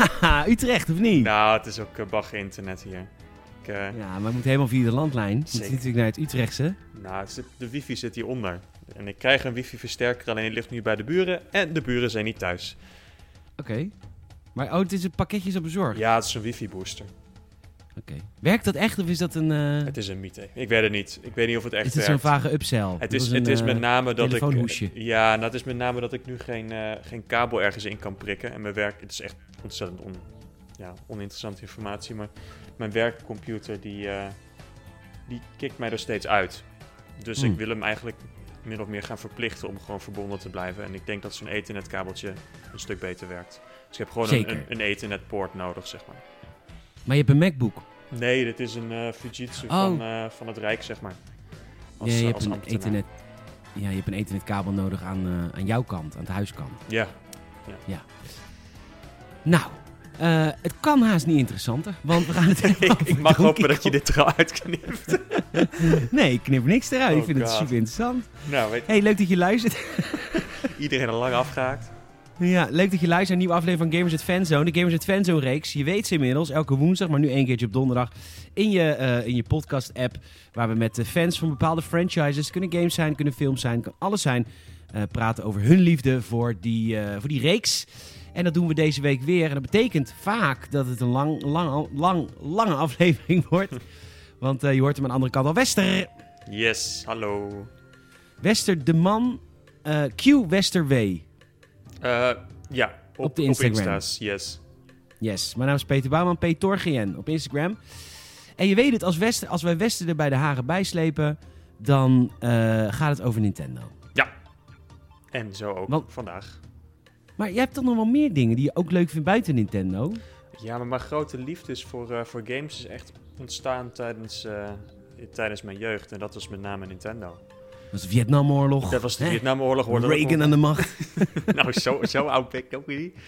Utrecht, of niet? Nou, het is ook bagger internet hier. Ja, maar het moet helemaal via de landlijn. Het is Zeker. natuurlijk naar het Utrechtse. Nou, de wifi zit hieronder. En ik krijg een wifi-versterker, alleen die ligt nu bij de buren. En de buren zijn niet thuis. Oké. Maar het is een pakketje op bezorgd? Ja, het is een wifi-booster. Oké. Werkt dat echt of is dat een... Het is een mythe. Ik weet het niet. Ik weet niet of het echt is het werkt. zo'n vage upsell? Het is met name dat telefoonhoesje. het is met name dat ik nu geen kabel ergens in kan prikken. En mijn werk, het is echt ontzettend oninteressante informatie. Maar mijn werkcomputer die kikt mij er steeds uit. Dus ik wil hem eigenlijk min of meer gaan verplichten om gewoon verbonden te blijven. En ik denk dat zo'n ethernetkabeltje een stuk beter werkt. Dus ik heb gewoon een ethernet-poort nodig, zeg maar. Maar je hebt een MacBook? Nee, dit is een Fujitsu van het Rijk, zeg maar. Je hebt een ethernetkabel nodig aan jouw kant, aan de huiskant. Ja. Nou, het kan haast niet interessanter, want we gaan het ik mag hopen dat je dit er al uitknipt. Nee, ik knip niks eruit. Ik vind het God. super interessant. Nou, Hey, leuk dat je luistert. Iedereen al lang afgehaakt. Ja, leuk dat je luistert naar een nieuwe aflevering van Gamers at Fanzone. De Gamers at Fanzone reeks. Je weet ze inmiddels, elke woensdag, maar nu 1 keertje op donderdag. In je podcast app, waar we met de fans van bepaalde franchises, kunnen games zijn, kunnen films zijn, kan alles zijn, praten over hun liefde voor die reeks. En dat doen we deze week weer. En dat betekent vaak dat het een lange aflevering wordt. Want je hoort hem aan de andere kant al. Wester! Yes, hallo. Wester de man. Q Wester W. Ja, op de Instagram. Op Insta's, yes. Yes, mijn naam is Peter Bouwman, Petorgien op Instagram. En je weet het, als wij Wester er bij de haren bijslepen, dan gaat het over Nintendo. Ja, en zo ook vandaag. Maar jij hebt toch nog wel meer dingen die je ook leuk vindt buiten Nintendo? Ja, maar mijn grote liefde voor games is echt ontstaan tijdens mijn jeugd. En dat was met name Nintendo. Dat was de Vietnamoorlog. Dat was de Vietnamoorlog. Reagan aan de macht. Nou, zo oud ben ik ook weer niet.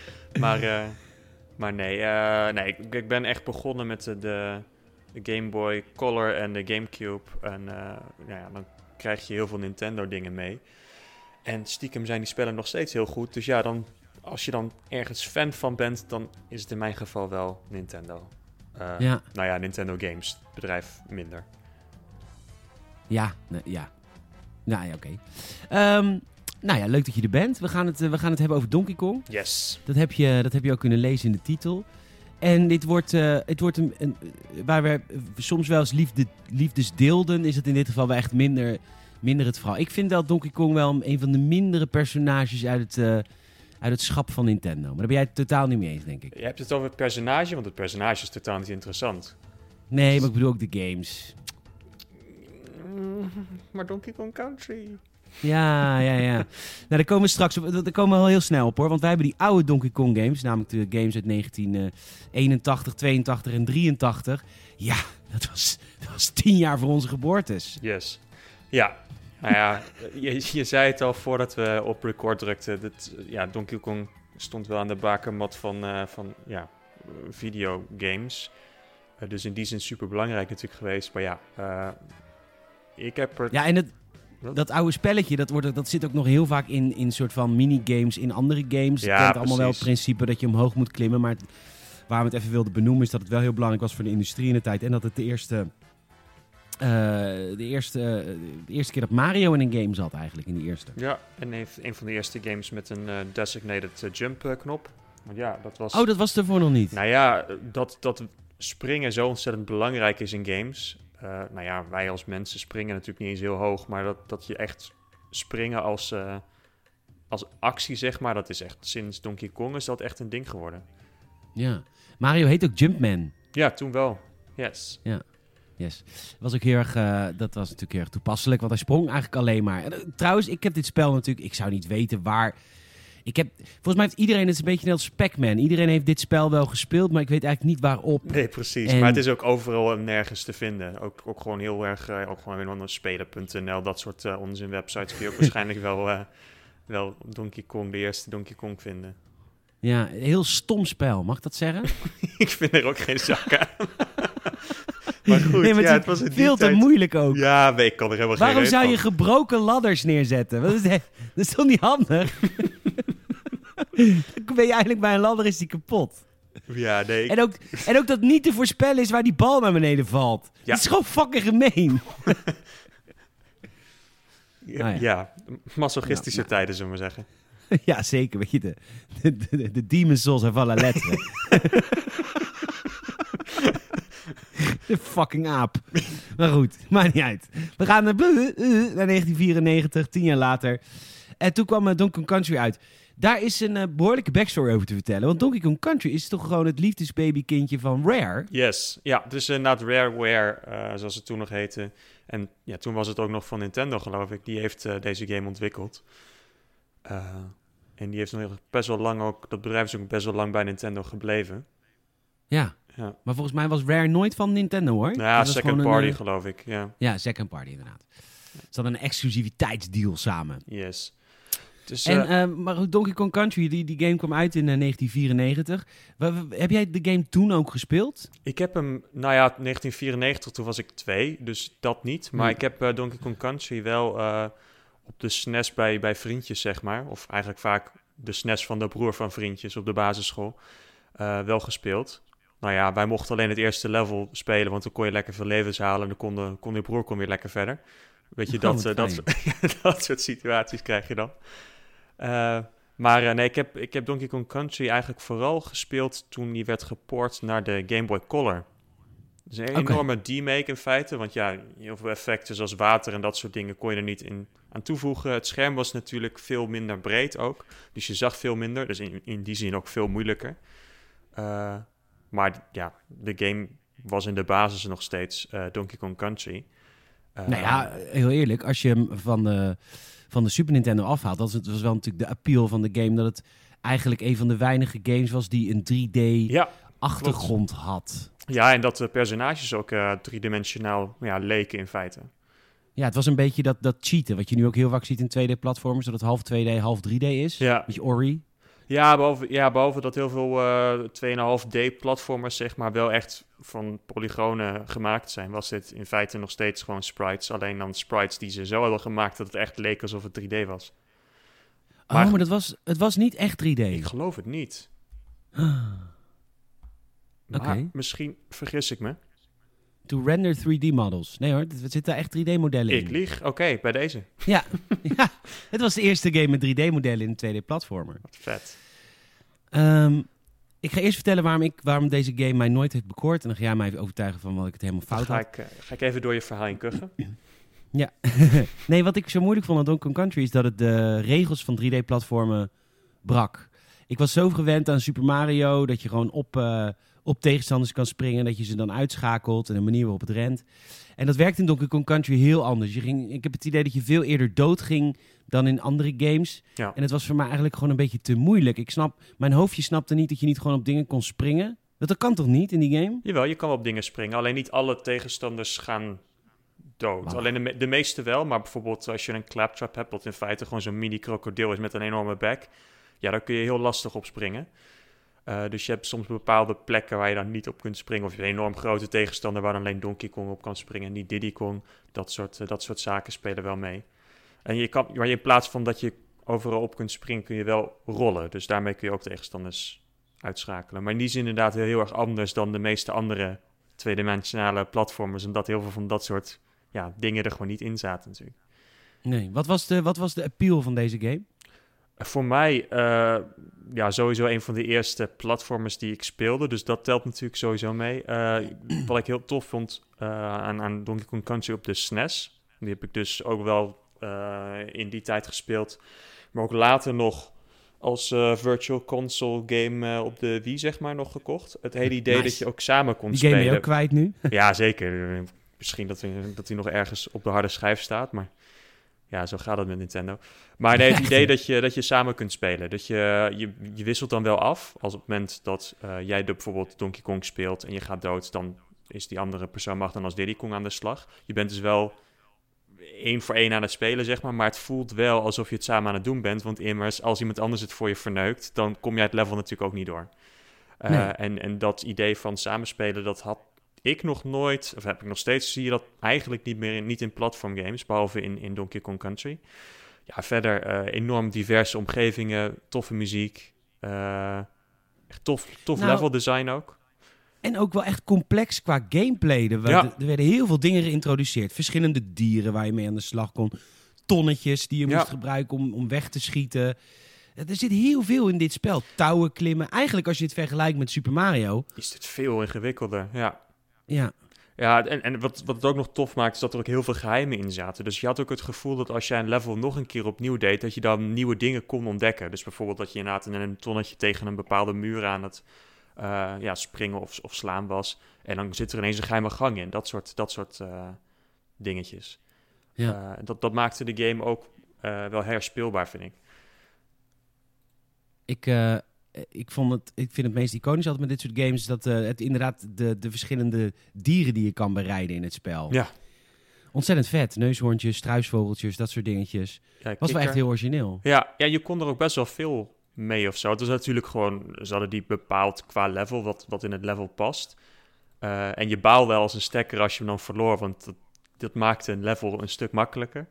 Maar nee, ik ben echt begonnen met de Game Boy Color en de Gamecube. En dan krijg je heel veel Nintendo dingen mee. En stiekem zijn die spellen nog steeds heel goed. Dus ja, als je dan ergens fan van bent, dan is het in mijn geval wel Nintendo. Nou ja, Nintendo Games, het bedrijf minder. Ja. Nou ja, oké. Nou ja, leuk dat je er bent. We gaan het hebben over Donkey Kong. Yes. Dat heb je ook kunnen lezen in de titel. En dit wordt een waar we soms wel eens liefdes deelden, is het in dit geval wel echt minder het verhaal. Ik vind wel Donkey Kong wel een van de mindere personages uit het schap van Nintendo. Maar daar ben jij het totaal niet mee eens, denk ik. Je hebt het over het personage, want het personage is totaal niet interessant. Nee, maar ik bedoel ook de games. Maar Donkey Kong Country... Ja. Nou, daar komen we straks op. Daar komen we al heel snel op, hoor. Want wij hebben die oude Donkey Kong games, namelijk de games uit 1981, 82 en 83. Ja, dat was 10 jaar voor onze geboortes. Yes. Ja. Nou ja, je zei het al voordat we op record drukten. Donkey Kong stond wel aan de bakermat van videogames. Dus in die zin super belangrijk natuurlijk geweest. Maar ja, ik heb er... Ja, en dat oude spelletje, dat zit ook nog heel vaak in soort van minigames in andere games. Ja, je kent allemaal wel het principe dat je omhoog moet klimmen. Maar waarom we het even wilden benoemen is dat het wel heel belangrijk was voor de industrie in de tijd. En dat het de eerste keer dat Mario in een game zat eigenlijk, in die eerste. Ja, en een van de eerste games met een designated jump knop. Want ja, dat was... Oh, dat was ervoor nog niet? Nou ja, dat springen zo ontzettend belangrijk is in games... wij als mensen springen natuurlijk niet eens heel hoog, maar dat je echt springen als actie, zeg maar, dat is echt sinds Donkey Kong is dat echt een ding geworden. Ja, Mario heet ook Jumpman. Ja, toen wel. Yes. Ja, yes. Dat was natuurlijk heel erg toepasselijk, want hij sprong eigenlijk alleen maar. Trouwens, ik heb dit spel natuurlijk, ik zou niet weten waar... Volgens mij heeft iedereen, het is een beetje net als Pac-Man. Iedereen heeft dit spel wel gespeeld, maar ik weet eigenlijk niet waarop. Nee, precies. Maar het is ook overal en nergens te vinden. Ook gewoon heel erg, ook gewoon in spelen.nl, dat soort onzin websites kun je ook waarschijnlijk wel Donkey Kong, de eerste Donkey Kong vinden. Ja, een heel stom spel, mag ik dat zeggen? Ik vind er ook geen zak aan. Maar goed, nee, maar het was in die veel te moeilijk ook. Ja, ik kan er helemaal geen Waarom zou je van. gebroken ladders neerzetten? Dat is toch niet handig? Dan ben je eigenlijk bij een ladder, is die kapot. Ja, nee. En ook dat niet te voorspellen is waar die bal naar beneden valt. Ja. Het is gewoon fucking gemeen. Ja, masochistische tijden, zullen we maar zeggen. Ja, zeker. Weet je, de Demon Souls en van la lettre. De fucking aap. Maar goed, maakt niet uit. We gaan naar 1994, 10 jaar later. En toen kwam Donkey Kong Country uit. Daar is een behoorlijke backstory over te vertellen. Want Donkey Kong Country is toch gewoon het liefdesbabykindje van Rare? Yes, ja. Dus inderdaad Rareware, zoals het toen nog heette. En ja, toen was het ook nog van Nintendo, geloof ik. Die heeft deze game ontwikkeld. En die heeft nog best wel lang ook... Dat bedrijf is ook best wel lang bij Nintendo gebleven. Ja. Maar volgens mij was Rare nooit van Nintendo, hoor. Nou ja, second party, geloof ik. Ja, second party, inderdaad. Ze hadden een exclusiviteitsdeal samen. Yes. Dus, maar goed, Donkey Kong Country, die game kwam uit in 1994. Heb jij de game toen ook gespeeld? Ik heb hem, 1994, toen was ik 2, dus dat niet. Maar ik heb Donkey Kong Country wel op de SNES bij vriendjes, zeg maar. Of eigenlijk vaak de SNES van de broer van vriendjes op de basisschool wel gespeeld. Nou ja, wij mochten alleen het eerste level spelen, want dan kon je lekker veel levens halen en dan kon je broer weer lekker verder. Weet je, dat soort situaties krijg je dan. Nee, ik heb Donkey Kong Country eigenlijk vooral gespeeld toen die werd gepoord naar de Game Boy Color. Dus een enorme demake in feite, want ja, heel veel effecten zoals water en dat soort dingen kon je er niet aan toevoegen. Het scherm was natuurlijk veel minder breed ook, dus je zag veel minder, dus in die zin ook veel moeilijker. Maar ja, de game was in de basis nog steeds Donkey Kong Country. Nou ja, heel eerlijk, als je hem van de Super Nintendo afhaalt, dat was wel natuurlijk de appeal van de game, dat het eigenlijk een van de weinige games was die een 3D-achtergrond had. Ja, en dat de personages ook driedimensionaal leken in feite. Ja, het was een beetje dat cheaten, wat je nu ook heel vaak ziet in 2D-platformers, dat het half 2D, half 3D is. Ja. Beetje Ori. Ja, behalve dat heel veel 2,5D-platformers zeg maar wel echt van polygonen gemaakt zijn, was dit in feite nog steeds gewoon sprites. Alleen dan sprites die ze zo hadden gemaakt dat het echt leek alsof het 3D was. Maar het was niet echt 3D? Ik geloof het niet. Maar misschien vergis ik me. To render 3D models. Nee hoor, er zitten echt 3D-modellen in. Ik lieg. Oké, bij deze. Ja, het was de eerste game met 3D-modellen in een 2D-platformer. Wat vet. Ik ga eerst vertellen waarom deze game mij nooit heeft bekoord. En dan ga jij mij even overtuigen van wat ik het helemaal fout had. Ga ik even door je verhaal in kuchen. Ja. Nee, wat ik zo moeilijk vond aan Donkey Kong Country is dat het de regels van 3D-platformen brak. Ik was zo gewend aan Super Mario dat je gewoon op tegenstanders kan springen, dat je ze dan uitschakelt en de manier waarop het rent. En dat werkt in Donkey Kong Country heel anders. Ik heb het idee dat je veel eerder doodging dan in andere games. Ja. En het was voor mij eigenlijk gewoon een beetje te moeilijk. Mijn hoofdje snapte niet dat je niet gewoon op dingen kon springen. Dat kan toch niet in die game? Jawel, je kan wel op dingen springen. Alleen niet alle tegenstanders gaan dood. Wow. Alleen de meeste wel, maar bijvoorbeeld als je een claptrap hebt, wat in feite gewoon zo'n mini-krokodil is met een enorme bek, ja, daar kun je heel lastig op springen. Dus je hebt soms bepaalde plekken waar je dan niet op kunt springen. Of je hebt een enorm grote tegenstander waar dan alleen Donkey Kong op kan springen en niet Diddy Kong. Dat soort zaken spelen wel mee. En maar in plaats van dat je overal op kunt springen, kun je wel rollen. Dus daarmee kun je ook tegenstanders uitschakelen. Maar in die zin inderdaad heel erg anders dan de meeste andere tweedimensionale platformers. Omdat heel veel van dat soort dingen er gewoon niet in zaten natuurlijk. Nee, wat was de appeal van deze game? Voor mij sowieso een van de eerste platformers die ik speelde. Dus dat telt natuurlijk sowieso mee. Wat ik heel tof vond aan Donkey Kong Country op de SNES. Die heb ik dus ook wel in die tijd gespeeld. Maar ook later nog als virtual console game op de Wii zeg maar nog gekocht. Het hele idee dat je ook samen kon spelen. Die game ben je ook kwijt nu? Ja, zeker. Misschien dat hij nog ergens op de harde schijf staat, maar ja, zo gaat het met Nintendo. Maar nee, het idee dat je samen kunt spelen. Dat je wisselt dan wel af. Als op het moment dat jij bijvoorbeeld Donkey Kong speelt en je gaat dood, dan is die andere persoon mag dan als Diddy Kong aan de slag. Je bent dus wel 1 voor 1 aan het spelen, zeg maar het voelt wel alsof je het samen aan het doen bent. Want immers, als iemand anders het voor je verneukt, dan kom jij het level natuurlijk ook niet door. Nee. En dat idee van samenspelen, dat had ik nog nooit, of heb ik nog steeds, zie je dat eigenlijk niet in platformgames, behalve in Donkey Kong Country. Ja, verder enorm diverse omgevingen, toffe muziek. Echt tof Nou, level design ook. En ook wel echt complex qua gameplay. Er werden heel veel dingen geïntroduceerd. Verschillende dieren waar je mee aan de slag kon. Tonnetjes die je moest gebruiken om weg te schieten. Er zit heel veel in dit spel. Touwen klimmen. Eigenlijk als je het vergelijkt met Super Mario... Is het veel ingewikkelder, ja. Ja. Ja, en wat het ook nog tof maakt, is dat er ook heel veel geheimen in zaten. Dus je had ook het gevoel dat als jij een level nog een keer opnieuw deed, dat je dan nieuwe dingen kon ontdekken. Dus bijvoorbeeld dat je inderdaad in een tonnetje tegen een bepaalde muur aan het springen of slaan was. En dan zit er ineens een geheime gang in. Dat soort dingetjes. Ja. Dat maakte de game ook wel herspeelbaar, vind ik. Ik vind het meest iconisch altijd met dit soort games... dat het inderdaad de verschillende dieren die je kan bereiden in het spel. Ja. Ontzettend vet. Neushoorntjes, struisvogeltjes, dat soort dingetjes. Ja, was wel echt heel origineel. Ja, je kon er ook best wel veel mee of zo. Het was natuurlijk gewoon... Ze hadden die bepaald qua level, wat in het level past. En je baal wel als een stekker als je hem dan verloor... want dat maakte een level een stuk makkelijker.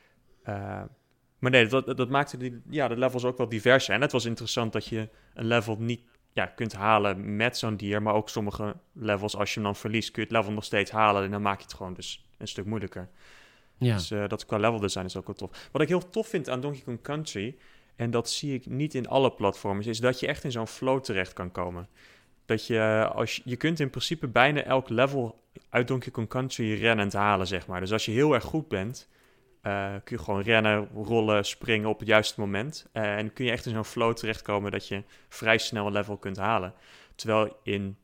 Maar nee, dat maakte de levels ook wel diverser. En het was interessant dat je een level niet kunt halen met zo'n dier... maar ook sommige levels, als je hem dan verliest... kun je het level nog steeds halen... en dan maak je het gewoon dus een stuk moeilijker. Ja. Dus dat qua level design is ook wel tof. Wat ik heel tof vind aan Donkey Kong Country... en dat zie ik niet in alle platforms... is dat je echt in zo'n flow terecht kan komen. Dat je kunt in principe bijna elk level uit Donkey Kong Country rennend halen, zeg maar. Dus als je heel erg goed bent... kun je gewoon rennen, rollen, springen op het juiste moment. En kun je echt in zo'n flow terechtkomen dat je vrij snel een level kunt halen. Terwijl in,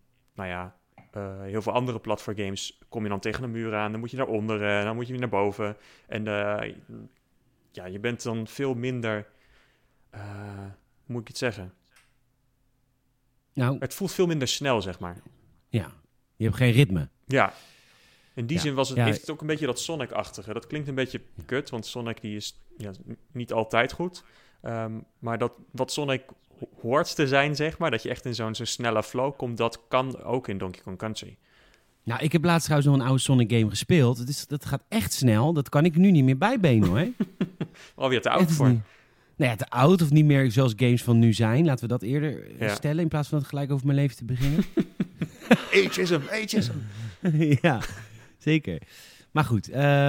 heel veel andere platformgames kom je dan tegen een muur aan. Dan moet je naar onderen, dan moet je weer naar boven. En je bent dan veel minder, hoe moet ik het zeggen? Nou, het voelt veel minder snel, zeg maar. Ja, je hebt geen ritme. Ja. In die zin heeft het ook een beetje dat Sonic-achtige. Dat klinkt een beetje kut, want Sonic die is niet altijd goed. Maar wat Sonic hoort te zijn, zeg maar... dat je echt in zo'n snelle flow komt... dat kan ook in Donkey Kong Country. Nou, ik heb laatst trouwens nog een oude Sonic game gespeeld. Dat gaat echt snel. Dat kan ik nu niet meer bijbenen, hoor. Alweer te oud voor. Nou ja, te oud of niet meer zoals games van nu zijn. Laten we dat eerder stellen... in plaats van het gelijk over mijn leven te beginnen. Ageism. Ja, zeker. Maar goed,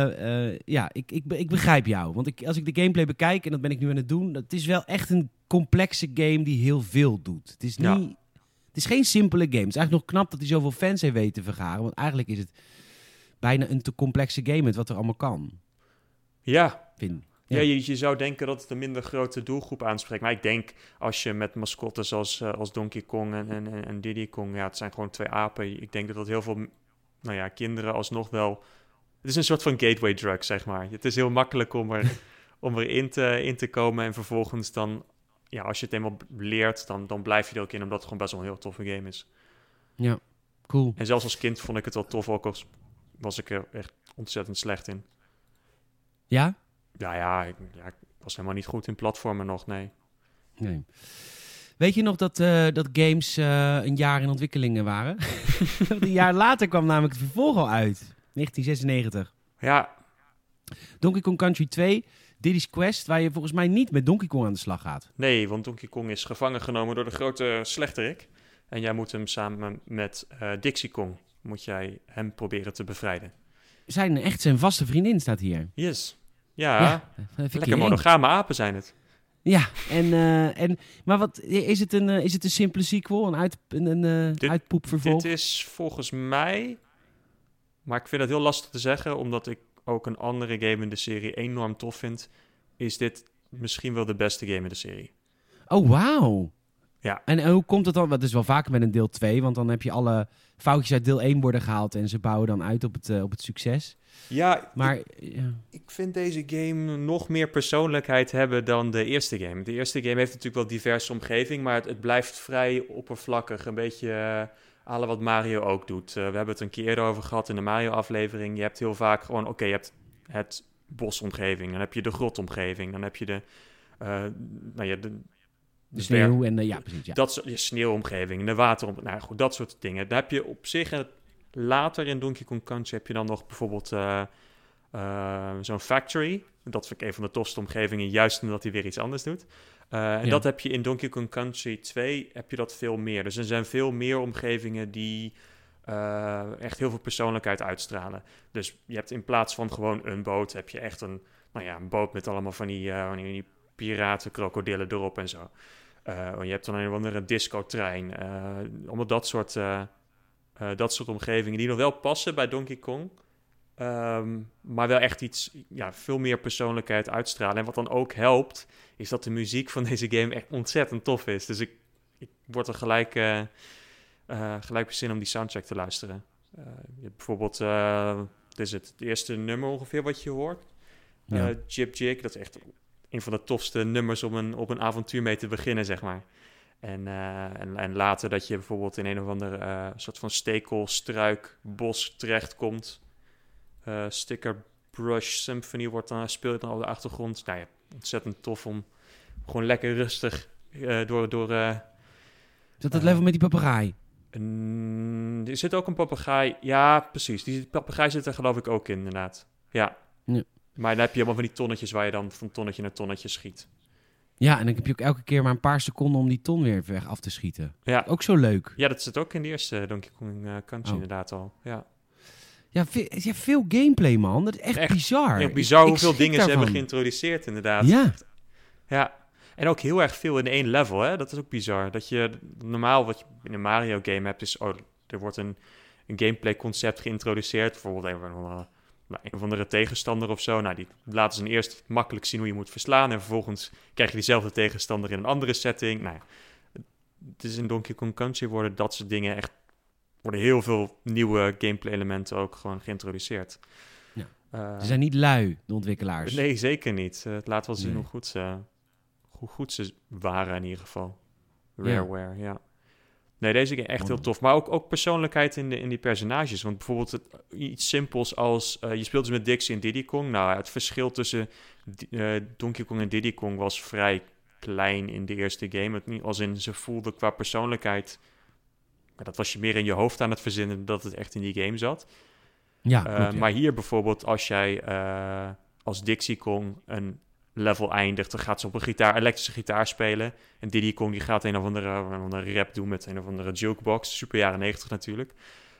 ik begrijp jou. Want als ik de gameplay bekijk, en dat ben ik nu aan het doen... het is wel echt een complexe game die heel veel doet. Het is niet... Het is geen simpele game. Het is eigenlijk nog knap dat hij zoveel fans heeft weten te vergaren. Want eigenlijk is het bijna een te complexe game met wat er allemaal kan. Ja. Ja, je zou denken dat het een minder grote doelgroep aanspreekt. Maar ik denk, als je met mascottes als Donkey Kong en Diddy Kong... het zijn gewoon 2 apen. Ik denk dat heel veel kinderen alsnog wel... Het is een soort van gateway drug, zeg maar. Het is heel makkelijk om in te komen en vervolgens dan... als je het eenmaal leert, dan blijf je er ook in... omdat het gewoon best wel een heel toffe game is. Ja, cool. En zelfs als kind vond ik het wel tof, ook als was ik er echt ontzettend slecht in. Ja? Ik was helemaal niet goed in platformen nog, nee. Weet je nog dat games een jaar in ontwikkeling waren? Een jaar later kwam namelijk het vervolg al uit. 1996. Ja. Donkey Kong Country 2, Diddy's Quest, waar je volgens mij niet met Donkey Kong aan de slag gaat. Nee, want Donkey Kong is gevangen genomen door de grote slechterik. En jij moet hem samen met Dixie Kong, moet jij hem proberen te bevrijden. Zijn vaste vriendin staat hier. Yes. Ja, lekker monogame apen zijn het. Ja, maar wat is het een simpele sequel, een uitpoepvervolg? Dit is volgens mij, maar ik vind het heel lastig te zeggen, omdat ik ook een andere game in de serie enorm tof vind, is dit misschien wel de beste game in de serie. Oh, wauw. Ja. En hoe komt het dan? Dat is wel vaker met een deel 2, want dan heb je alle foutjes uit deel 1 worden gehaald en ze bouwen dan uit op het succes. Ja, maar ik vind deze game nog meer persoonlijkheid hebben dan de eerste game. De eerste game heeft natuurlijk wel diverse omgeving, maar het blijft vrij oppervlakkig. Een beetje à la wat Mario ook doet. We hebben het een keer eerder over gehad in de Mario-aflevering. Je hebt heel vaak gewoon, je hebt het bosomgeving, dan heb je de grotomgeving, dan heb je de sneeuw en precies. Ja. Dat soort sneeuwomgeving, de wateromgeving, dat soort dingen. Dan heb je op zich later in Donkey Kong Country heb je dan nog bijvoorbeeld zo'n factory. Dat vind ik een van de tofste omgevingen, juist omdat hij weer iets anders doet. En dat heb je in Donkey Kong Country 2, heb je dat veel meer. Dus er zijn veel meer omgevingen die echt heel veel persoonlijkheid uitstralen. Dus je hebt in plaats van gewoon een boot, heb je echt een boot met allemaal van die piraten, krokodillen erop en zo. Je hebt dan een andere discotrein. Allemaal dat soort omgevingen die nog wel passen bij Donkey Kong. Maar wel echt iets, veel meer persoonlijkheid uitstralen. En wat dan ook helpt, is dat de muziek van deze game echt ontzettend tof is. Dus ik word er gelijk bezin om die soundtrack te luisteren. Je hebt bijvoorbeeld, dit is het eerste nummer ongeveer wat je hoort. Jib Jig, dat is echt een van de tofste nummers om een avontuur mee te beginnen, zeg maar. En later dat je bijvoorbeeld in een of ander soort van stekelstruikbos terechtkomt. Sticker Brush Symphony speelt dan op de achtergrond. Nou ja, ontzettend tof om gewoon lekker rustig door... Is dat het level met die papegaai? Er zit ook een papegaai. Ja, precies. Die papegaai zit er geloof ik ook in, inderdaad. Ja. Maar dan heb je allemaal van die tonnetjes waar je dan van tonnetje naar tonnetje schiet. Ja, en dan heb je ook elke keer maar een paar seconden om die ton weer weg af te schieten. Ja. Ook zo leuk. Ja, dat zit ook in de eerste Donkey Kong Country inderdaad al. Ja. Ja, veel gameplay, man. Dat is echt bizar. Echt bizar hoeveel dingen ze hebben geïntroduceerd, inderdaad. Ja. En ook heel erg veel in één level, hè. Dat is ook bizar. Dat je normaal wat je in een Mario game hebt is... er wordt een gameplay concept geïntroduceerd. Bijvoorbeeld een of andere tegenstander of zo. Nou, die laten ze eerst makkelijk zien hoe je moet verslaan. En vervolgens krijg je diezelfde tegenstander in een andere setting. Nou ja, het is in Donkey Kong Country worden dat soort dingen echt... worden heel veel nieuwe gameplay-elementen ook gewoon geïntroduceerd. Ja. Ze zijn niet lui, de ontwikkelaars. Nee, zeker niet. Het laat wel zien hoe goed ze waren in ieder geval. Rareware, ja. Nee, deze game echt heel tof. Maar ook persoonlijkheid in die personages. Want bijvoorbeeld iets simpels als... je speelt dus met Dixie en Diddy Kong. Nou, het verschil tussen Donkey Kong en Diddy Kong was vrij klein in de eerste game. Als in, ze voelden qua persoonlijkheid... dat was je meer in je hoofd aan het verzinnen... dat het echt in die game zat. Ja, klopt, maar hier bijvoorbeeld, als jij als Dixie Kong een level eindigt... dan gaat ze op een elektrische gitaar spelen. En Diddy Kong die gaat een of andere rap doen met een of andere jukebox. Super jaren 90 natuurlijk.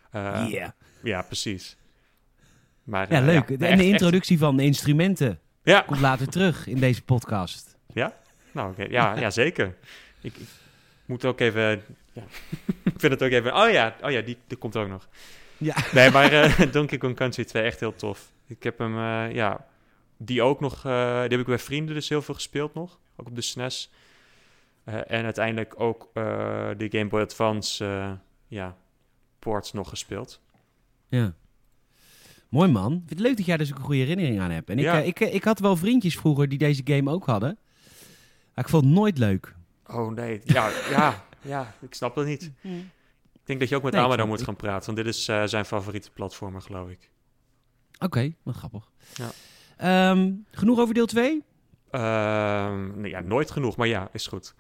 Ja, precies. Maar, ja, leuk. En de introductie van de instrumenten komt later terug in deze podcast. Ja? Nou, oké. Ja, zeker. Ik moet ook even... Ja. Ik vind het ook even... Oh ja, die komt ook nog. Ja. Nee, maar Donkey Kong Country 2 echt heel tof. Ik heb hem, die ook nog... die heb ik bij vrienden dus heel veel gespeeld nog. Ook op de SNES. En uiteindelijk ook de Game Boy Advance ports nog gespeeld. Ja. Mooi, man. Ik vind het leuk dat jij dus ook een goede herinnering aan hebt. En ik had wel vriendjes vroeger die deze game ook hadden. Maar ik vond het nooit leuk. Oh, nee. Ja, ik snap dat niet. Ik denk dat je ook met Amado moet gaan praten. Want dit is zijn favoriete platformer, geloof ik. Oké, wat grappig. Ja. Genoeg over deel 2? Nooit genoeg. Maar ja, is goed.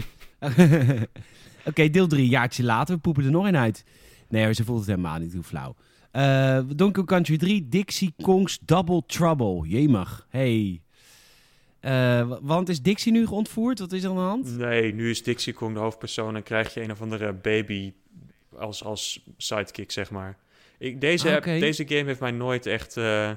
Oké, deel 3, jaartje later. We poepen er nog een uit. Nee, ze voelt het helemaal niet. Hoe flauw. Donkey Kong Country 3, Dixie Kong's Double Trouble. Jemig. Hey. Want is Dixie nu ontvoerd? Wat is er aan de hand? Nee, nu is Dixie Kong de hoofdpersoon en krijg je een of andere baby als sidekick, zeg maar. Deze game heeft mij nooit echt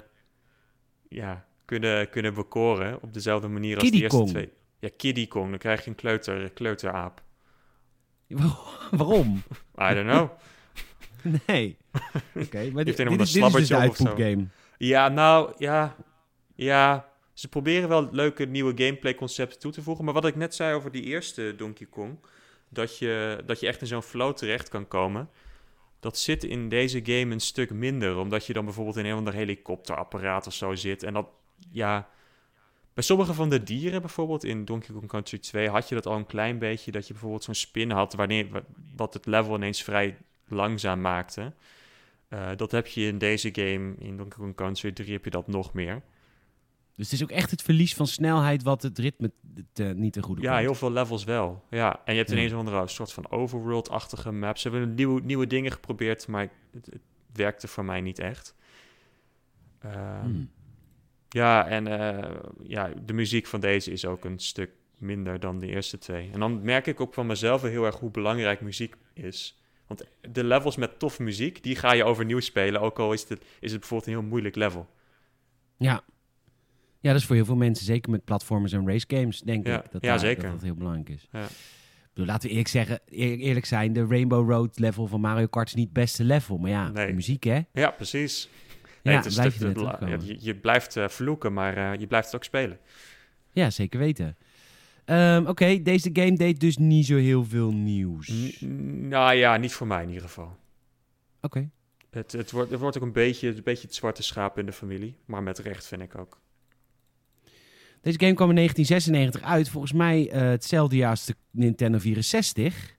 kunnen bekoren op dezelfde manier als Kiddy de eerste Kong. twee. Ja, Kiddy Kong. Dan krijg je een kleuteraap. Waarom? I don't know. Nee. Oké, maar dit is dus de uitpoepgame. Ja, nou, ja. Ze proberen wel leuke nieuwe gameplay concepten toe te voegen. Maar wat ik net zei over die eerste Donkey Kong... dat je echt in zo'n flow terecht kan komen... dat zit in deze game een stuk minder. Omdat je dan bijvoorbeeld in een of ander helikopterapparaat of zo zit. En dat, bij sommige van de dieren bijvoorbeeld in Donkey Kong Country 2... had je dat al een klein beetje. Dat je bijvoorbeeld zo'n spin had... wat het level ineens vrij langzaam maakte. Dat heb je in deze game, in Donkey Kong Country 3... heb je dat nog meer... Dus het is ook echt het verlies van snelheid wat het ritme niet te goede komt. Ja, heel veel levels wel. Ja, en je hebt ineens een soort van overworld-achtige maps. Ze hebben nieuwe dingen geprobeerd, maar het werkte voor mij niet echt. Ja, en de muziek van deze is ook een stuk minder dan de eerste twee. En dan merk ik ook van mezelf heel erg hoe belangrijk muziek is. Want de levels met tof muziek, die ga je overnieuw spelen, ook al is het bijvoorbeeld een heel moeilijk level. Ja. Ja, dat is voor heel veel mensen, zeker met platformers en race games, denk ik. Zeker. Dat heel belangrijk is. Ja. Ik bedoel, laten we eerlijk zijn, de Rainbow Road level van Mario Kart is niet het beste level. Maar ja, de muziek, hè? Ja, precies. Nee, het is je blijft vloeken, maar je blijft het ook spelen. Ja, zeker weten. Oké, deze game deed dus niet zo heel veel nieuws. Nou ja, niet voor mij in ieder geval. Oké. Het wordt ook een beetje het zwarte schaap in de familie. Maar met recht, vind ik ook. Deze game kwam in 1996 uit. Volgens mij hetzelfde jaar als de Nintendo 64.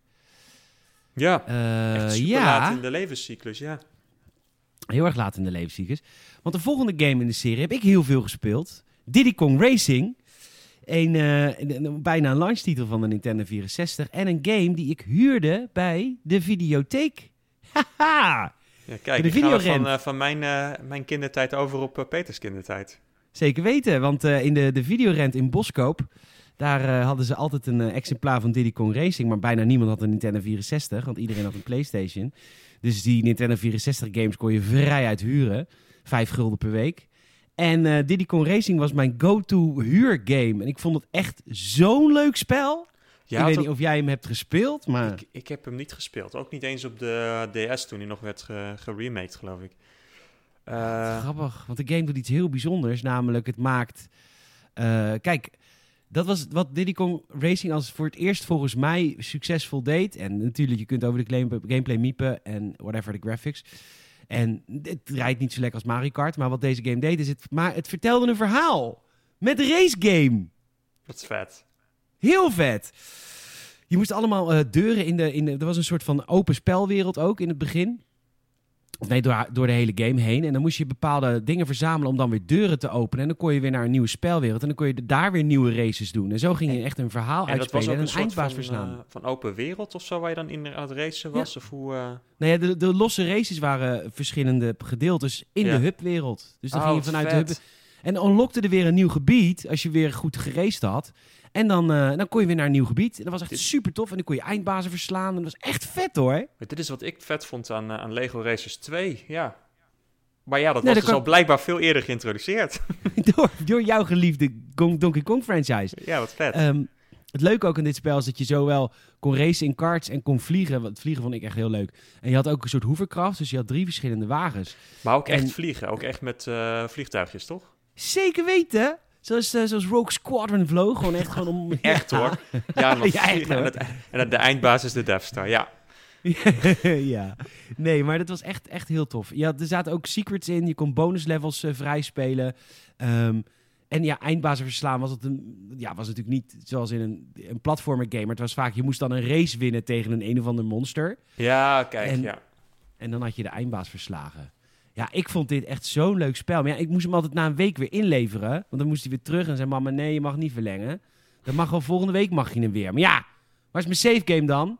Ja, echt super laat in de levenscyclus, ja. Heel erg laat in de levenscyclus. Want de volgende game in de serie heb ik heel veel gespeeld. Diddy Kong Racing. Bijna een launchtitel van de Nintendo 64. En een game die ik huurde bij de videotheek. Haha! Ja, kijk, ik ga van mijn kindertijd over op Peters kindertijd. Zeker weten, want in de videorent in Boskoop, daar hadden ze altijd een exemplaar van Diddy Kong Racing, maar bijna niemand had een Nintendo 64, want iedereen had een PlayStation. Dus die Nintendo 64 games kon je vrij uit huren, 5 gulden per week. En Diddy Kong Racing was mijn go-to huurgame. En ik vond het echt zo'n leuk spel. Ja, ik weet niet of jij hem hebt gespeeld, maar... Ik heb hem niet gespeeld. Ook niet eens op de DS toen hij nog werd geremaked, geloof ik. Grappig, want de game doet iets heel bijzonders. Namelijk, het maakt... kijk, dat was wat Diddy Kong Racing als voor het eerst volgens mij succesvol deed. En natuurlijk, je kunt over de gameplay miepen en whatever, de graphics. En het rijdt niet zo lekker als Mario Kart. Maar wat deze game deed, is het vertelde een verhaal. Met een race game. Dat is vet. Heel vet. Je moest allemaal deuren in de... Er was een soort van open spelwereld ook in het begin. Of nee, door de hele game heen. En dan moest je bepaalde dingen verzamelen om dan weer deuren te openen. En dan kon je weer naar een nieuwe spelwereld. En dan kon je daar weer nieuwe races doen. En zo ging je echt een verhaal uitspelen en een eindbaas verslaan. Van open wereld of zo, waar je dan in aan het racen was? Ja. Of hoe, Nou ja, de losse races waren verschillende gedeeltes in de hubwereld. Dus dan ging je vanuit vet. de hub... En dan unlockte er weer een nieuw gebied als je weer goed geraced had. En dan kon je weer naar een nieuw gebied. En dat was echt super tof. En dan kon je eindbazen verslaan. En dat was echt vet, hoor. Dit is wat ik vet vond aan Lego Racers 2, ja. Maar ja, dat was dus al blijkbaar veel eerder geïntroduceerd. door jouw geliefde Donkey Kong franchise. Ja, wat vet. Het leuke ook aan dit spel is dat je zowel kon racen in karts en kon vliegen. Want vliegen vond ik echt heel leuk. En je had ook een soort hovercraft. Dus je had 3 verschillende wagens. Maar ook echt vliegen. Ook echt met vliegtuigjes, toch? Zeker weten. Zoals Rogue Squadron vloog. Gewoon echt gewoon om... Echt hoor. Ja, nog echt, hoor. En de eindbaas is de Death Star, ja. Ja. Nee, maar dat was echt heel tof. Ja, er zaten ook secrets in. Je kon bonuslevels vrij spelen. En ja, eindbazen verslaan was natuurlijk niet zoals in een platformer game. Maar het was vaak, je moest dan een race winnen tegen een of ander monster. Ja, kijk, En dan had je de eindbaas verslagen. Ja, ik vond dit echt zo'n leuk spel. Maar ja, ik moest hem altijd na een week weer inleveren. Want dan moest hij weer terug en zei mama, nee, je mag niet verlengen. Dan mag wel volgende week mag je hem weer. Maar ja, waar is mijn save game dan?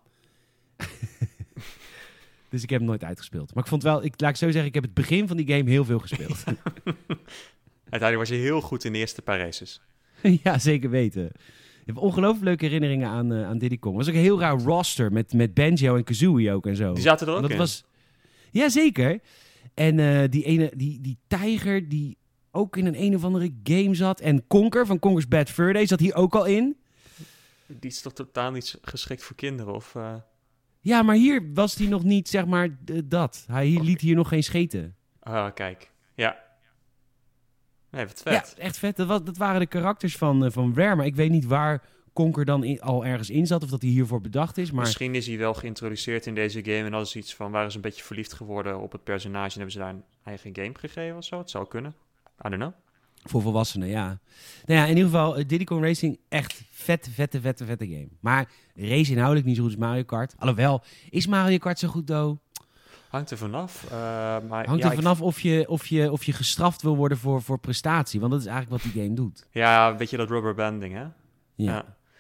Dus ik heb hem nooit uitgespeeld. Maar ik vond wel, laat ik zo zeggen, ik heb het begin van die game heel veel gespeeld. Uiteindelijk was je heel goed in de eerste paar races. Ja, zeker weten. Ik heb ongelooflijk leuke herinneringen aan Diddy Kong. Het was ook een heel raar roster met Banjo en Kazooie ook en zo. Die zaten er ook in? Ja, zeker. En die tijger die ook in een of andere game zat. En Conker van Conker's Bad Fur Day zat hier ook al in. Die is toch totaal niet geschikt voor kinderen? Of, Ja, maar hier was hij nog niet, zeg maar, dat. Hij liet hier nog geen scheten. Ah, kijk. Ja. Nee, wat vet. Ja, echt vet. Dat waren de karakters van Rare. Maar ik weet niet waar Conker dan al ergens in zat. Of dat hij hiervoor bedacht is. Maar... Misschien is hij wel geïntroduceerd in deze game. En dat is iets van, waren ze een beetje verliefd geworden op het personage. En hebben ze daar een eigen game gegeven of zo. Het zou kunnen. I don't know. Voor volwassenen, ja. Nou ja, in ieder geval, Diddy Kong Racing, echt vette game. Maar race inhoudelijk niet zo goed als Mario Kart. Alhoewel, is Mario Kart zo goed, though? Hangt er vanaf. Hangt er vanaf of je gestraft wil worden voor prestatie. Want dat is eigenlijk wat die game doet. Ja, weet je dat rubber banding, hè? Ja.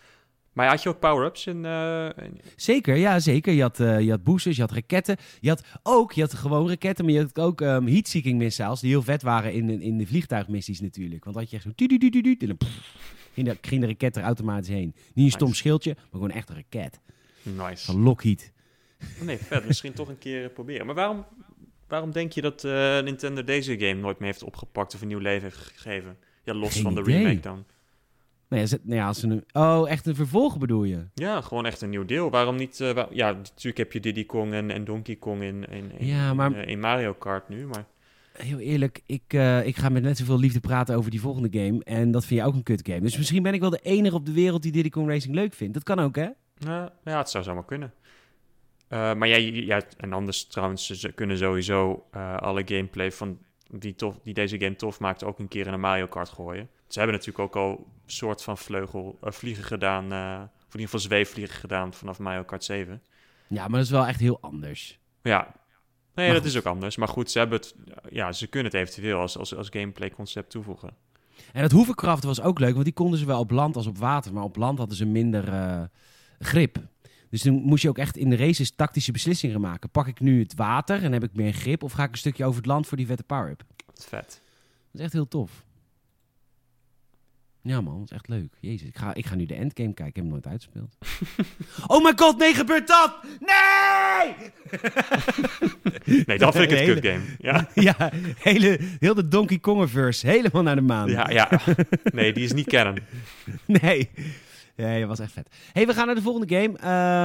Maar had je ook power-ups Zeker, ja, zeker. Je had boosters, je had raketten. Je had gewoon raketten, maar je had ook heat-seeking missiles, die heel vet waren in de vliegtuigmissies natuurlijk. Want dan had je echt zo... En dan ging de raket er automatisch heen. Niet een stom schildje, maar gewoon echt een raket. Nice. Van Lockheed. Nee, vet. Misschien toch een keer proberen. Maar waarom denk je dat Nintendo deze game nooit meer heeft opgepakt of een nieuw leven heeft gegeven? Ja, los Geen van de idee. remake dan. Als ze echt een vervolg bedoel je? Ja, gewoon echt een nieuw deel. Waarom niet... natuurlijk heb je Diddy Kong en Donkey Kong in Mario Kart nu, maar... Heel eerlijk, ik ga met net zoveel liefde praten over die volgende game. En dat vind je ook een kut game. Dus misschien ben ik wel de enige op de wereld die Diddy Kong Racing leuk vindt. Dat kan ook, hè? Ja, het zou zomaar kunnen. Maar en anders trouwens, ze kunnen sowieso alle gameplay van die deze game tof maakt ook een keer in een Mario Kart gooien. Ze hebben natuurlijk ook al een soort van vliegen gedaan, of in ieder geval zweefvliegen gedaan vanaf Mario Kart 7. Ja, maar dat is wel echt heel anders. Ja, nee, maar dat goed. is ook anders. Maar goed, ze kunnen het eventueel als gameplay concept toevoegen. En dat hovercraft was ook leuk, want die konden ze wel op land als op water. Maar op land hadden ze minder grip. Dus toen moest je ook echt in de races tactische beslissingen maken. Pak ik nu het water en heb ik meer grip, of ga ik een stukje over het land voor die vette power-up? Wat vet. Dat is echt heel tof. Ja man, dat is echt leuk. Jezus, ik ga nu de endgame kijken. Ik heb hem nooit uitgespeeld. Oh my god, nee, gebeurt dat? Nee! Nee, dat vind ik een kut game. Ja, Ja, heel de Donkey Kongiverse helemaal naar de maan. ja. Nee, die is niet canon. Nee, dat was echt vet. Hey, we gaan naar de volgende game.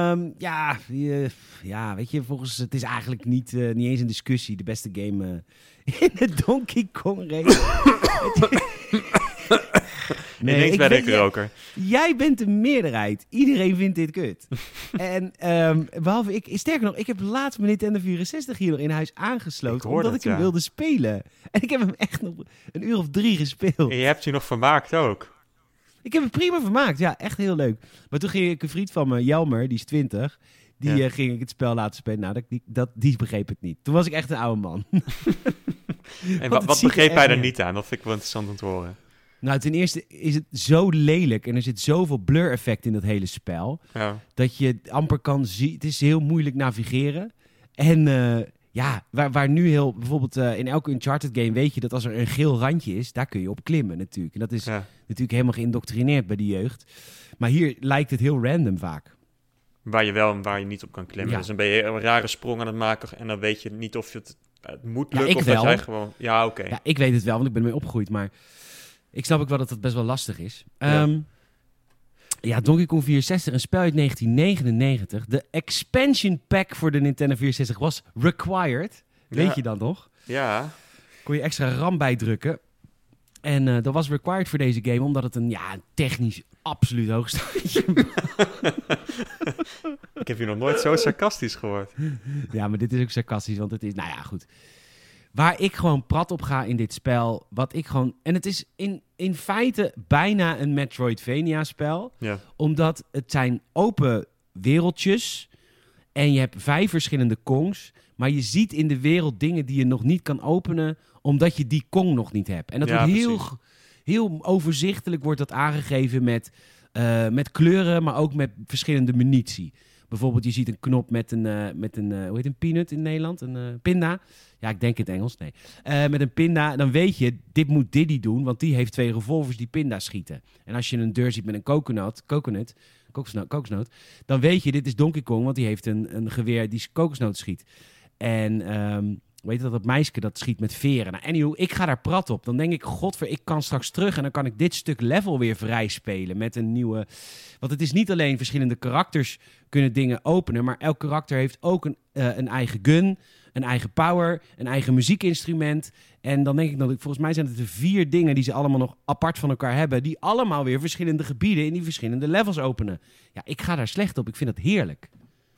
Weet je, volgens het is eigenlijk niet eens een discussie. De beste game in de Donkey Kong race. Ineens ben ik er ook. Jij bent de meerderheid. Iedereen vindt dit kut. En behalve ik, sterker nog, ik heb laatst mijn Nintendo 64 hier nog in huis aangesloten, omdat ik hem wilde spelen. En ik heb hem echt nog een uur of 3 gespeeld. En je hebt je nog vermaakt ook. Ik heb het prima vermaakt. Ja, echt heel leuk. Maar toen ging ik een vriend van me, Jelmer, die is 20... ging ik het spel laten spelen. Nou, die begreep het niet. Toen was ik echt een oude man. En wat begreep hij er niet aan? Dat vind ik wel interessant om te horen. Nou, ten eerste is het zo lelijk en er zit zoveel blur-effect in dat hele spel, dat je het amper kan zien. Het is heel moeilijk navigeren. En waar nu bijvoorbeeld in elke Uncharted game weet je dat als er een geel randje is, daar kun je op klimmen natuurlijk. En dat is natuurlijk helemaal geïndoctrineerd bij de jeugd. Maar hier lijkt het heel random vaak. Waar je wel en waar je niet op kan klimmen. Ja. Dus dan ben je een rare sprong aan het maken en dan weet je niet of het moet lukken ik of wel. dat jij gewoon... Ja, oké. Ja, ik weet het wel, want ik ben ermee opgegroeid, maar ik snap ook wel dat het best wel lastig is. Donkey Kong 64, een spel uit 1999. De expansion pack voor de Nintendo 64 was required. Weet je dan nog? Ja. Kon je extra RAM bijdrukken. En dat was required voor deze game, omdat het een technisch absoluut hoogstandje was. Ik heb je nog nooit zo sarcastisch gehoord. Ja, maar dit is ook sarcastisch, want het is... Nou ja, goed. Waar ik gewoon prat op ga in dit spel, en het is in feite bijna een Metroidvania-spel. Ja. Omdat het zijn open wereldjes en je hebt 5 verschillende Kongs. Maar je ziet in de wereld dingen die je nog niet kan openen, omdat je die Kong nog niet hebt. En dat wordt heel overzichtelijk wordt dat aangegeven met kleuren, maar ook met verschillende munitie. Bijvoorbeeld, je ziet een knop met een hoe heet een peanut in Nederland? Een pinda. Ja, ik denk in het Engels, nee. Met een pinda, dan weet je, dit moet Diddy doen, want die heeft 2 revolvers die pinda schieten. En als je een deur ziet met een kokosnoot, dan weet je, dit is Donkey Kong, want die heeft een geweer die kokosnoot schiet. En weet je dat meisje dat schiet met veren. Nou, anywho, ik ga daar prat op. Dan denk ik, ik kan straks terug en dan kan ik dit stuk level weer vrij spelen met een nieuwe... Want het is niet alleen verschillende karakters kunnen dingen openen, maar elk karakter heeft ook een eigen gun, een eigen power, een eigen muziekinstrument. En dan denk ik dat volgens mij zijn het er 4 dingen die ze allemaal nog apart van elkaar hebben, die allemaal weer verschillende gebieden in die verschillende levels openen. Ja, ik ga daar slecht op. Ik vind dat heerlijk.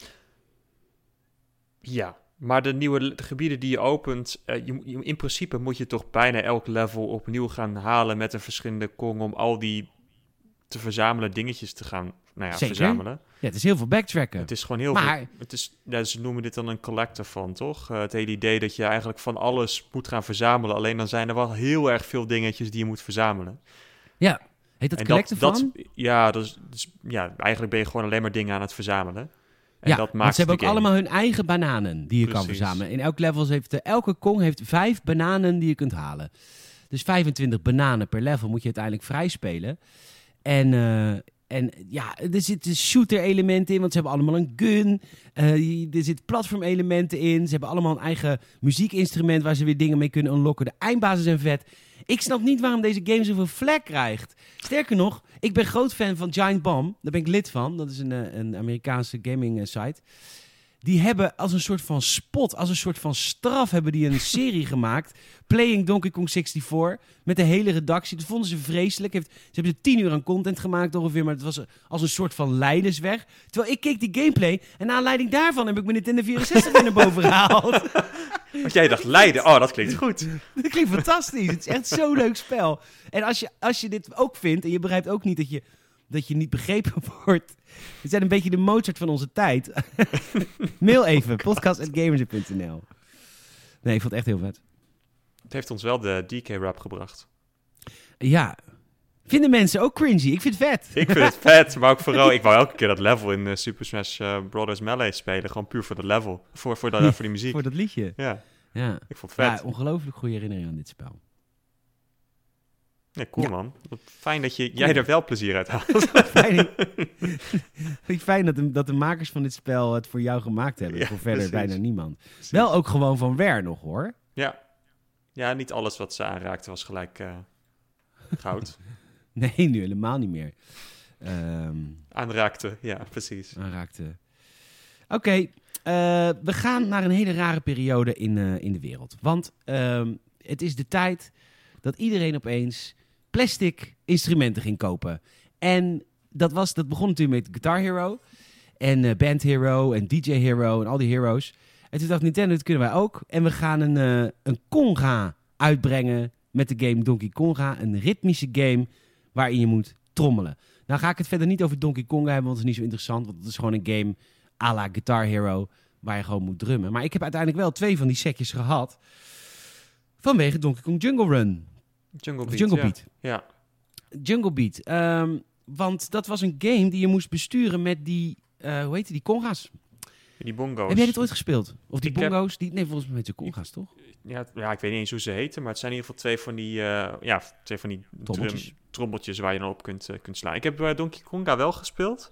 Ja. Maar de gebieden die je opent, in principe moet je toch bijna elk level opnieuw gaan halen met een verschillende Kong om al die te verzamelen dingetjes te gaan verzamelen. Ja, het is heel veel backtracken. Het is gewoon heel veel. Ze noemen dit dan een collector van, toch? Het hele idee dat je eigenlijk van alles moet gaan verzamelen. Alleen dan zijn er wel heel erg veel dingetjes die je moet verzamelen. Ja, Heet dat En Collectathon? Ja, eigenlijk ben je gewoon alleen maar dingen aan het verzamelen. En Ja, dat want maakt ze hebben ook de game. allemaal hun eigen bananen die je kan Precies. verzamelen. In elk level heeft elke Kong heeft 5 bananen die je kunt halen. Dus 25 bananen per level moet je uiteindelijk vrij spelen. En ja, er zitten shooter-elementen in, want ze hebben allemaal een gun. Er zitten platform-elementen in. Ze hebben allemaal een eigen muziekinstrument waar ze weer dingen mee kunnen unlocken. De eindbazen zijn vet. Ik snap niet waarom deze game zoveel vlek krijgt. Sterker nog, ik ben groot fan van Giant Bomb. Daar ben ik lid van. Dat is een Amerikaanse gaming site. Die hebben als een soort van spot, als een soort van straf, hebben die een serie gemaakt. Playing Donkey Kong 64. Met de hele redactie. Dat vonden ze vreselijk. Ze hebben er 10 uur aan content gemaakt ongeveer. Maar het was als een soort van leidersweg. Terwijl ik keek die gameplay. En naar aanleiding daarvan heb ik mijn Nintendo 64 weer naar boven gehaald. Want jij dacht Leiden, dat klinkt goed. Dat klinkt fantastisch. Het is echt zo'n leuk spel. En als je dit ook vindt, en je begrijpt ook niet dat je niet begrepen wordt. We zijn een beetje de Mozart van onze tijd. Mail even, podcast@gamers.nl. Nee, ik vond het echt heel vet. Het heeft ons wel de DK-rap gebracht. Ja. Vinden mensen ook cringy? Ik vind het vet. Ik vind het vet, maar ook vooral, ik wou elke keer dat level in Super Smash Bros. Melee spelen. Gewoon puur voor dat level. Voor die muziek. Voor dat liedje. Ja, Ja. ik vond het vet. Ja, ongelooflijk goede herinnering aan dit spel. Ja, cool Ja. man. Wat fijn dat jij er wel plezier uit haalt. Fijn dat de makers van dit spel het voor jou gemaakt hebben. Ja, voor verder precies. bijna niemand. Wel ook gewoon van Rare nog, hoor. Ja, niet alles wat ze aanraakten was gelijk goud. Nee, nu helemaal niet meer. Aanraakte, ja, precies. Aanraakte. Oké, we gaan naar een hele rare periode in de wereld. Want het is de tijd dat iedereen opeens plastic instrumenten ging kopen. En dat begon natuurlijk met Guitar Hero en Band Hero en DJ Hero en al die heroes. En toen dacht Nintendo, dat kunnen wij ook. En we gaan een Conga uitbrengen met de game Donkey Konga. Een ritmische game waarin je moet trommelen. Nou ga ik het verder niet over Donkey Konga hebben, want het is niet zo interessant. Want het is gewoon een game à la Guitar Hero waar je gewoon moet drummen. Maar ik heb uiteindelijk wel 2 van die setjes gehad vanwege Donkey Kong Jungle Run. Jungle Beat. Ja. Jungle Beat. Want dat was een game die je moest besturen met die, hoe heet die conga's. Die bongo's. Heb jij dit ooit gespeeld? Of die Ik heb- bongo's? Nee, volgens mij met de conga's, toch? Ja, ik weet niet eens hoe ze heten, maar het zijn in ieder geval 2 van die Trommeltjes. trommeltjes waar je dan op kunt slaan. Ik heb Donkey Konga wel gespeeld.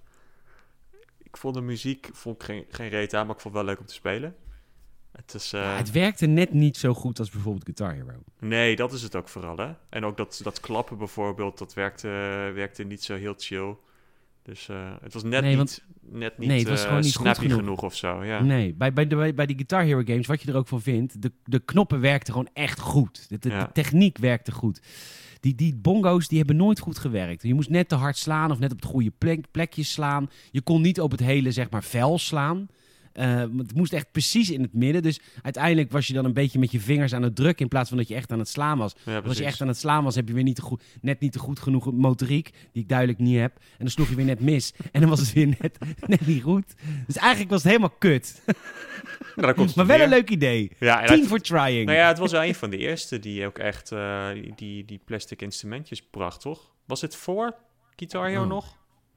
Ik vond de muziek geen reet aan, maar ik vond het wel leuk om te spelen. Het is, Ja, het werkte net niet zo goed als bijvoorbeeld Guitar Hero. Nee, dat is het ook vooral, hè. En ook dat klappen bijvoorbeeld, dat werkte niet zo heel chill. Dus het was net Nee, niet het was gewoon niet goed snappy genoeg. genoeg of zo, ja. Nee, bij die Guitar Hero games, wat je er ook van vindt, de knoppen werkten gewoon echt goed. De Ja. techniek werkte goed. Die bongo's, die hebben nooit goed gewerkt. Je moest net te hard slaan of net op het goede plekje slaan. Je kon niet op het hele, zeg maar, vel slaan. Het moest echt precies in het midden. Dus uiteindelijk was je dan een beetje met je vingers aan het drukken in plaats van dat je echt aan het slaan was. Ja, Want als precies. je echt aan het slaan was, heb je weer net niet te goed genoeg motoriek, die ik duidelijk niet heb. En dan sloeg je weer net mis. En dan was het weer net niet goed. Dus eigenlijk was het helemaal kut. Nou, daar komt het Maar wel neer. een leuk idee. Ja, en 10 hij- for trying. Nou ja, het was wel een van de eerste die ook echt die plastic instrumentjes bracht, toch? Was het voor Guitar Hero Oh. nog?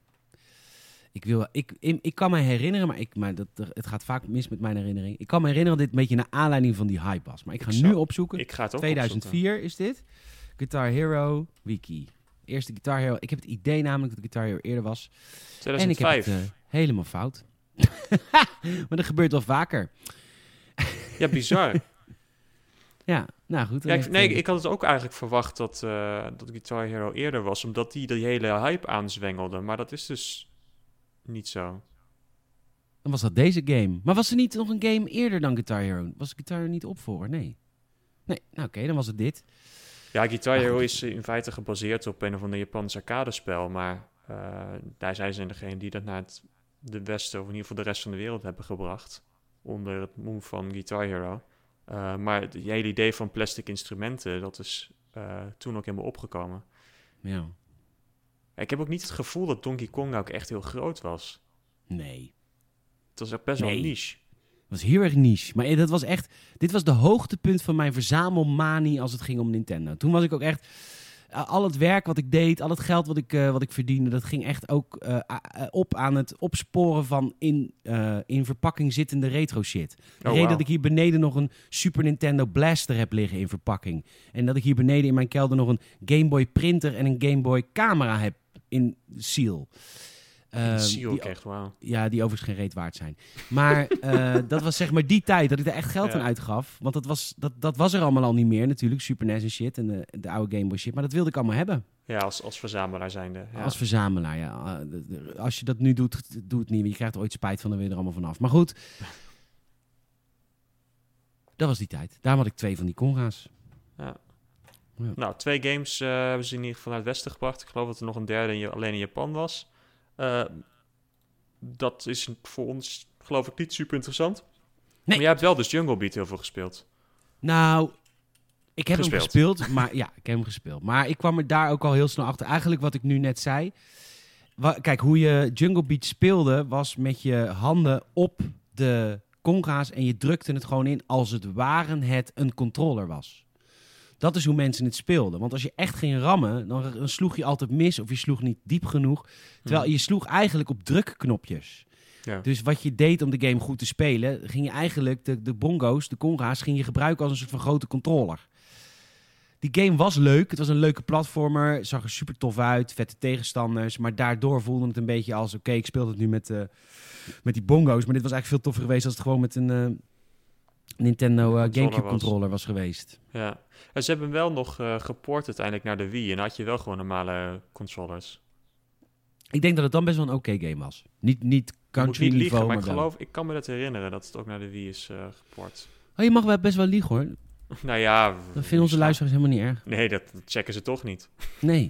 Ik kan me herinneren, maar het gaat vaak mis met mijn herinnering. Ik kan me herinneren dat dit een beetje naar aanleiding van die hype was. Maar ik ga nu opzoeken. Ik ga het ook 2004 is dit. Guitar Hero Wiki. Eerste Guitar Hero. Ik heb het idee namelijk dat Guitar Hero eerder was. opzoeken. En ik heb 2005. het helemaal fout. Maar dat gebeurt wel vaker. Ja, bizar. Ja, nou goed. Ja, ik had het ook eigenlijk verwacht dat Guitar Hero eerder was, omdat die hele hype aanzwengelde. Maar dat is dus niet zo. Dan was dat deze game. Maar was er niet nog een game eerder dan Guitar Hero? Was Guitar Hero niet opvolger? Nee. Nee, nou oké, dan was het dit. Ja, Guitar Maar Hero goed. is in feite gebaseerd op een of ander Japans arcadespel, maar daar zijn ze degene die dat naar de Westen, of in ieder geval de rest van de wereld hebben gebracht, onder het move van Guitar Hero. Maar het hele idee van plastic instrumenten, dat is toen ook helemaal opgekomen. Ja. Ik heb ook niet het gevoel dat Donkey Kong ook echt heel groot was. Nee. Het was ook best wel Nee. niche. Het was heel erg niche. Maar dat was echt... Dit was de hoogtepunt van mijn verzamelmanie als het ging om Nintendo. Toen was ik ook echt... al het werk wat ik deed, al het geld wat ik verdiende, dat ging echt ook op aan het opsporen van in verpakking zittende retro shit. De reden dat ik hier beneden nog een Super Nintendo Blaster heb liggen in verpakking. En dat ik hier beneden in mijn kelder nog een Game Boy printer en een Game Boy camera heb in seal. Zie ook echt, wauw. Ja, die overigens geen reet waard zijn. Maar dat was zeg maar die tijd dat ik er echt geld aan uitgaf. Want dat was er allemaal al niet meer natuurlijk. Super NES en shit en de oude Game Boy shit. Maar dat wilde ik allemaal hebben. Ja, als verzamelaar zijnde. Ja. Als verzamelaar, ja. Als je dat nu doet, doe het niet. Je krijgt er ooit spijt van, dan wil je er allemaal vanaf. Maar goed. Dat was die tijd. Daarom had ik 2 van die Conga's. Ja. Nou, 2 games hebben ze in ieder geval naar het westen gebracht. Ik geloof dat er nog een derde alleen in Japan was. Dat is voor ons, geloof ik, niet super interessant. Nee. Maar jij hebt wel dus Jungle Beat heel veel gespeeld. Nou, ik heb hem gespeeld. Maar ja, ik heb hem gespeeld. Maar ik kwam er daar ook al heel snel achter. Eigenlijk wat ik nu net zei. Kijk, hoe je Jungle Beat speelde was met je handen op de Conga's en je drukte het gewoon in als het ware het een controller was. Dat is hoe mensen het speelden. Want als je echt ging rammen, dan sloeg je altijd mis of je sloeg niet diep genoeg. Terwijl je sloeg eigenlijk op drukknopjes. Ja. Dus wat je deed om de game goed te spelen, ging je eigenlijk de bongo's, de conga's, ging je gebruiken als een soort van grote controller. Die game was leuk. Het was een leuke platformer. Zag er super tof uit. Vette tegenstanders. Maar daardoor voelde het een beetje als... Oké, ik speel het nu met die bongo's. Maar dit was eigenlijk veel toffer geweest als het gewoon met een Nintendo Gamecube controller was geweest. Ja. En ze hebben hem wel nog geport uiteindelijk naar de Wii. En dan had je wel gewoon normale controllers. Ik denk dat het dan best wel een oké game was. Niet country niet niveau, liegen, maar ik kan me dat herinneren dat het ook naar de Wii is geport. Oh, je mag wel best wel liegen, hoor. Nou ja... Dat vinden onze luisteraars helemaal niet erg. Nee, dat checken ze toch niet. Nee.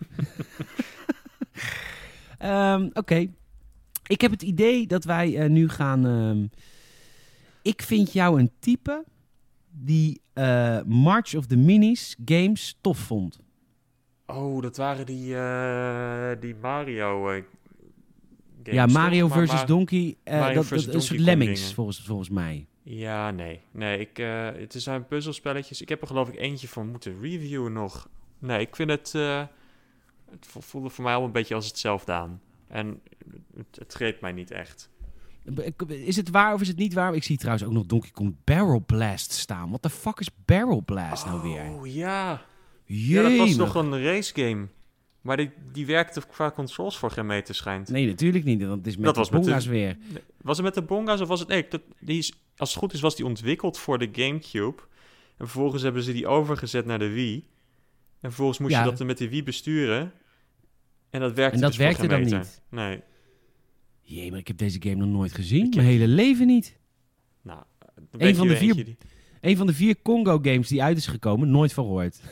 Oké. Ik heb het idee dat wij nu gaan... ik vind jou een type die March of the Minis games tof vond. Oh, dat waren die Mario games. Ja, Mario toch? versus Donkey. Dat is een soort Lemmings, dingen. volgens mij. Ja, nee. Het zijn puzzelspelletjes. Ik heb er geloof ik eentje van moeten reviewen nog. Nee, ik vind het... het voelde voor mij al een beetje als hetzelfde aan. En het greep mij niet echt. Is het waar of is het niet waar? Ik zie trouwens ook nog Donkey Kong Barrel Blast staan. What the fuck is Barrel Blast nou weer? Oh, ja. Jemig. Ja, dat was nog een race game. Maar die werkte qua controls voor geen meter schijnt. Nee, natuurlijk niet. Want het is met de bonga's weer. Was het met de bonga's of was het... Nee, als het goed is was die ontwikkeld voor de Gamecube. En vervolgens hebben ze die overgezet naar de Wii. En vervolgens moest je dat met de Wii besturen. En dat werkte voor geen meter. Niet? Nee. Jee, maar ik heb deze game nog nooit gezien. Mijn hele leven niet. Nou, een van de 4 Congo games die uit is gekomen, nooit van gehoord.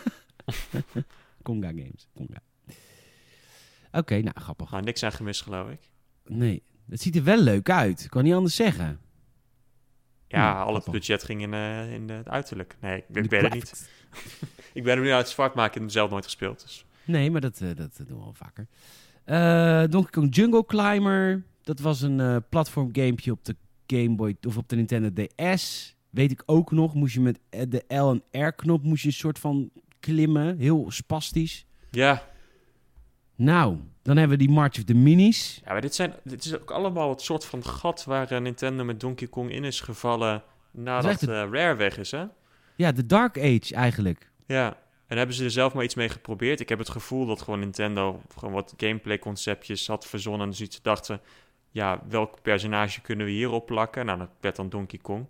Conga games. Oké, nou, grappig. Nou, niks aan gemist, geloof ik. Nee, het ziet er wel leuk uit. Ik kan niet anders zeggen. Ja, al het budget ging in het uiterlijk. Nee, ik weet het niet. Ik ben hem nu uit het zwart maken en zelf nooit gespeeld. Dus. Nee, maar dat doen we wel vaker. Donkey Kong Jungle Climber. Dat was een platform gamepje op de Game Boy of op de Nintendo DS. Weet ik ook nog. Moest je met de L en R knop moest je een soort van klimmen. Heel spastisch. Ja. Nou, dan hebben we die March of the Minis. Ja, maar dit is ook allemaal het soort van gat waar Nintendo met Donkey Kong in is gevallen nadat Rare weg is, hè? Ja, de Dark Age eigenlijk. Ja, en hebben ze er zelf maar iets mee geprobeerd. Ik heb het gevoel dat gewoon Nintendo gewoon wat gameplay conceptjes had verzonnen. Dus iets dachten, ja, welk personage kunnen we hierop plakken? Nou, dat werd dan Donkey Kong.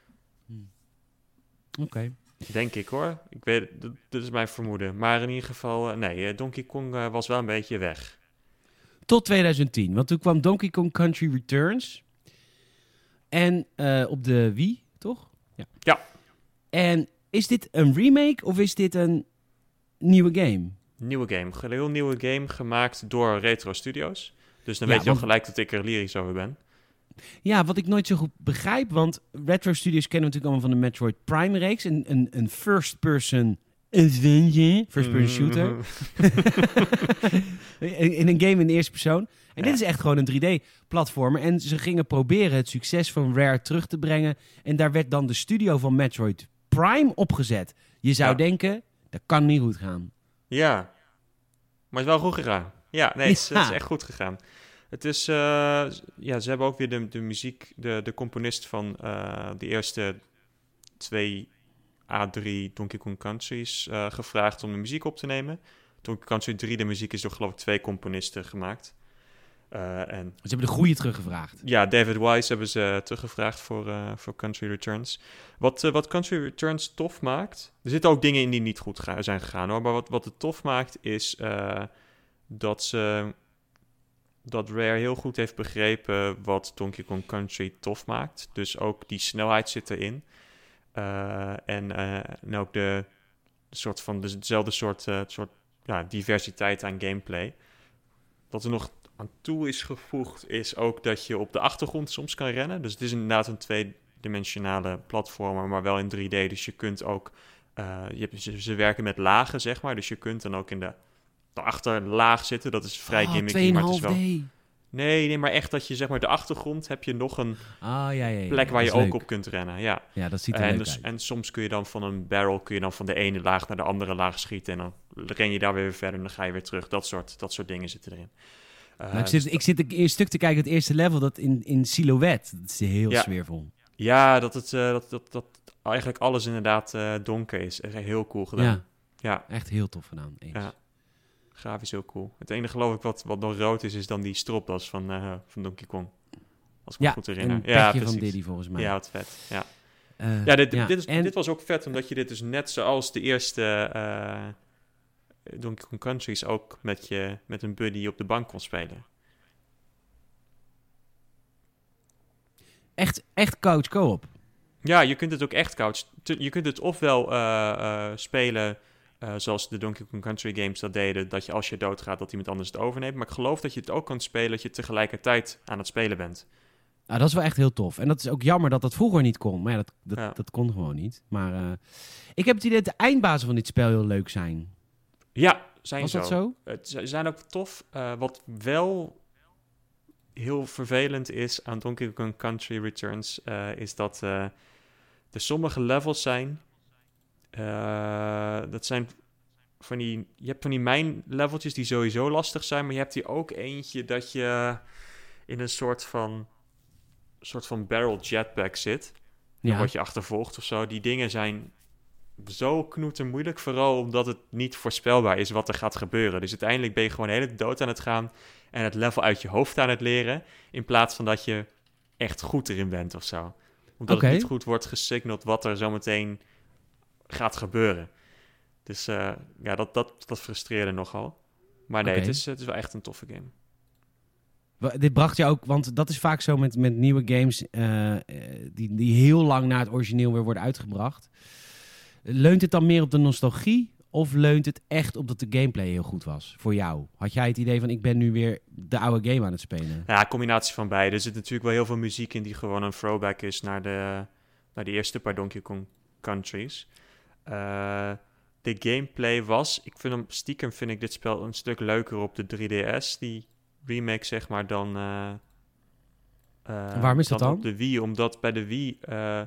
Oké. Denk ik hoor. Ik weet, dat is mijn vermoeden. Maar in ieder geval, nee, Donkey Kong was wel een beetje weg. Tot 2010, want toen kwam Donkey Kong Country Returns. En op de Wii, toch? Ja. En is dit een remake of is dit een nieuwe game? Nieuwe game. Een heel nieuwe game gemaakt door Retro Studios. Dus dan weet je al gelijk dat ik er lyrisch over ben. Ja, wat ik nooit zo goed begrijp, want Retro Studios kennen we natuurlijk allemaal van de Metroid Prime-reeks. Een first-person adventure, first-person shooter. in een game in de eerste persoon. En dit is echt gewoon een 3D-platformer. En ze gingen proberen het succes van Rare terug te brengen. En daar werd dan de studio van Metroid Prime opgezet. Je zou denken, dat kan niet goed gaan. Ja, maar het is wel goed gegaan. Ja, nee, het is echt goed gegaan. Het is, ze hebben ook weer de muziek, de componist van de eerste 2 A3 Donkey Kong Countries gevraagd om de muziek op te nemen. Donkey Kong Country 3, de muziek is door geloof ik 2 componisten gemaakt. En Ze hebben de goede teruggevraagd. ja, David Wise hebben ze teruggevraagd voor Country Returns. Wat Country Returns tof maakt... Er zitten ook dingen in die niet goed zijn gegaan, hoor. Maar wat het tof maakt is dat Rare heel goed heeft begrepen wat Donkey Kong Country tof maakt. Dus ook die snelheid zit erin. En ook dezelfde soort diversiteit aan gameplay. Wat er nog aan toe is gevoegd, is ook dat je op de achtergrond soms kan rennen. Dus het is inderdaad een tweedimensionale platformer, maar wel in 3D. Dus je kunt ook... ze werken met lagen, zeg maar. Dus je kunt dan ook in de achterlaag zitten. Dat is vrij gimmicky, maar het is wel... 2,5D. Nee, maar echt dat je, zeg maar, de achtergrond heb je nog een Ja, plek waar je ook leuk. op kunt rennen. Ja, Ja, dat ziet er leuk uit. en soms kun je dan van een barrel van de ene laag naar de andere laag schieten. En dan ren je daar weer verder en dan ga je weer terug. Dat soort dingen zitten erin. Ik zit een stuk te kijken, het eerste level, dat in silhouet. Dat is heel sfeervol. Ja, dat eigenlijk alles inderdaad donker is. Echt heel cool gedaan. Ja. Echt heel tof gedaan. Eens. Ja. Grafisch heel cool. Het enige geloof ik wat nog rood is dan die stropdas van Donkey Kong. Als ik me goed herinner. Een petje van Diddy volgens mij. Ja, wat vet. Ja. En Dit was ook vet, omdat je dit dus net zoals de eerste Donkey Kong Countries ook met een buddy op de bank kon spelen. Echt couch co-op. Ja, je kunt het ook echt couch. Je kunt het ofwel spelen zoals de Donkey Kong Country games dat deden, dat je als je doodgaat dat iemand anders het overneemt. Maar ik geloof dat je het ook kan spelen dat je tegelijkertijd aan het spelen bent. Dat is wel echt heel tof. En dat is ook jammer dat dat vroeger niet kon. Maar dat kon gewoon niet. Maar ik heb het idee dat de eindbazen van dit spel heel leuk zijn. Ja, zijn Was zo. dat zo? Ze zijn ook tof. Wat wel heel vervelend is aan Donkey Kong Country Returns, is dat er sommige levels zijn. Dat zijn je hebt van die mijnleveltjes die sowieso lastig zijn, maar je hebt hier ook eentje dat je in een soort van barrel jetpack zit. Dan word je achtervolgd of zo. Die dingen zijn zo knoetermoeilijk, vooral omdat het niet voorspelbaar is wat er gaat gebeuren. Dus uiteindelijk ben je gewoon de hele dood aan het gaan en het level uit je hoofd aan het leren, in plaats van dat je echt goed erin bent of zo. Omdat het niet goed wordt gesignald wat er zometeen gaat gebeuren. Dus dat frustreerde nogal. Maar nee, het is wel echt een toffe game. Dit bracht je ook, want dat is vaak zo met nieuwe games die heel lang na het origineel weer worden uitgebracht. Leunt het dan meer op de nostalgie of leunt het echt op dat de gameplay heel goed was voor jou? Had jij het idee van ik ben nu weer de oude game aan het spelen? Ja, een combinatie van beide. Er zit natuurlijk wel heel veel muziek in die gewoon een throwback is naar de eerste paar Donkey Kong Countries. De gameplay vind ik dit spel een stuk leuker op de 3DS, die remake zeg maar, dan waarom is dat dan? Op de Wii, omdat bij de Wii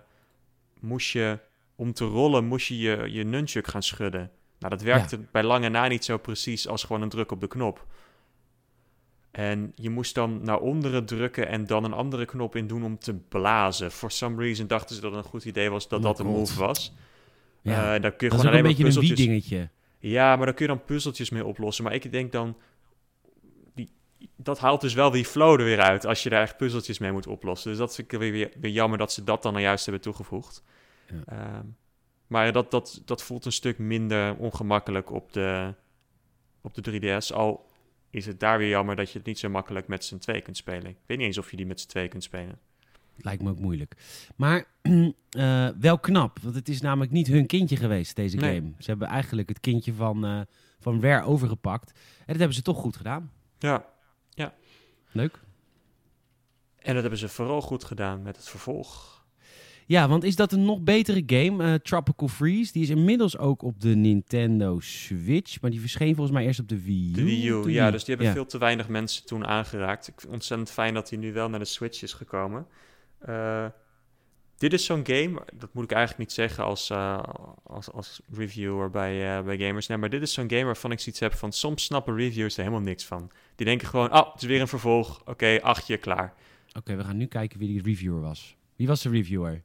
om te rollen moest je nunchuk gaan schudden. Nou, dat werkte bij lange na niet zo precies als gewoon een druk op de knop. En je moest dan naar onderen drukken en dan een andere knop in doen om te blazen. For some reason dachten ze dat het een goed idee was dat een move was. Ja, dan kun je dat gewoon is ook een beetje puzzeltjes... een Wii-dingetje. Ja, maar daar kun je dan puzzeltjes mee oplossen. Maar ik denk dan... Dat haalt dus wel die flow er weer uit als je daar echt puzzeltjes mee moet oplossen. Dus dat vind ik weer jammer dat ze dat dan nou juist hebben toegevoegd. Ja. Maar dat voelt een stuk minder ongemakkelijk op de 3DS. Al is het daar weer jammer dat je het niet zo makkelijk met z'n twee kunt spelen. Ik weet niet eens of je die met z'n twee kunt spelen. Lijkt me ook moeilijk. Maar wel knap, want het is namelijk niet hun kindje geweest, deze game. Ze hebben eigenlijk het kindje van Rare overgepakt. En dat hebben ze toch goed gedaan. Ja. Leuk. En dat hebben ze vooral goed gedaan met het vervolg. Ja, want is dat een nog betere game? Tropical Freeze, die is inmiddels ook op de Nintendo Switch. Maar die verscheen volgens mij eerst op de Wii U. De Wii U, ja. Dus die hebben veel te weinig mensen toen aangeraakt. Ik vind het ontzettend fijn dat hij nu wel naar de Switch is gekomen. Dit is zo'n game, dat moet ik eigenlijk niet zeggen als reviewer bij gamers. Nee, maar dit is zo'n game waarvan ik zoiets heb van... Soms snappen reviewers er helemaal niks van. Die denken gewoon, het is weer een vervolg. Oké, 8 klaar. Oké, we gaan nu kijken wie die reviewer was. Wie was de reviewer?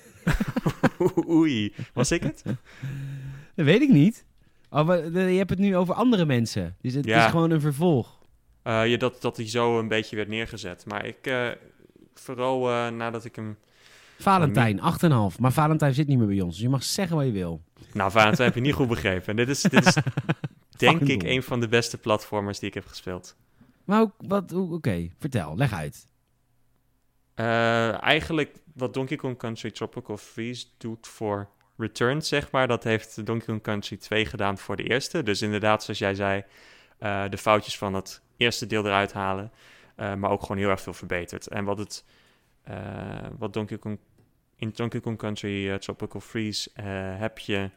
Oei, was ik het? Dat weet ik niet. Oh, maar je hebt het nu over andere mensen. Dus het is gewoon een vervolg. Dat hij zo een beetje werd neergezet. Maar ik, vooral nadat ik hem... Valentijn, 8,5. Maar Valentijn zit niet meer bij ons, dus je mag zeggen wat je wil. Nou, Valentijn heb je niet goed begrepen. En dit is denk ik een van de beste platformers die ik heb gespeeld. Maar oké, vertel, leg uit. Eigenlijk wat Donkey Kong Country Tropical Freeze doet voor Returns, zeg maar... dat heeft Donkey Kong Country 2 gedaan voor de eerste. Dus inderdaad, zoals jij zei, de foutjes van het eerste deel eruit halen... maar ook gewoon heel erg veel verbeterd. En wat in Donkey Kong Country Tropical Freeze heb je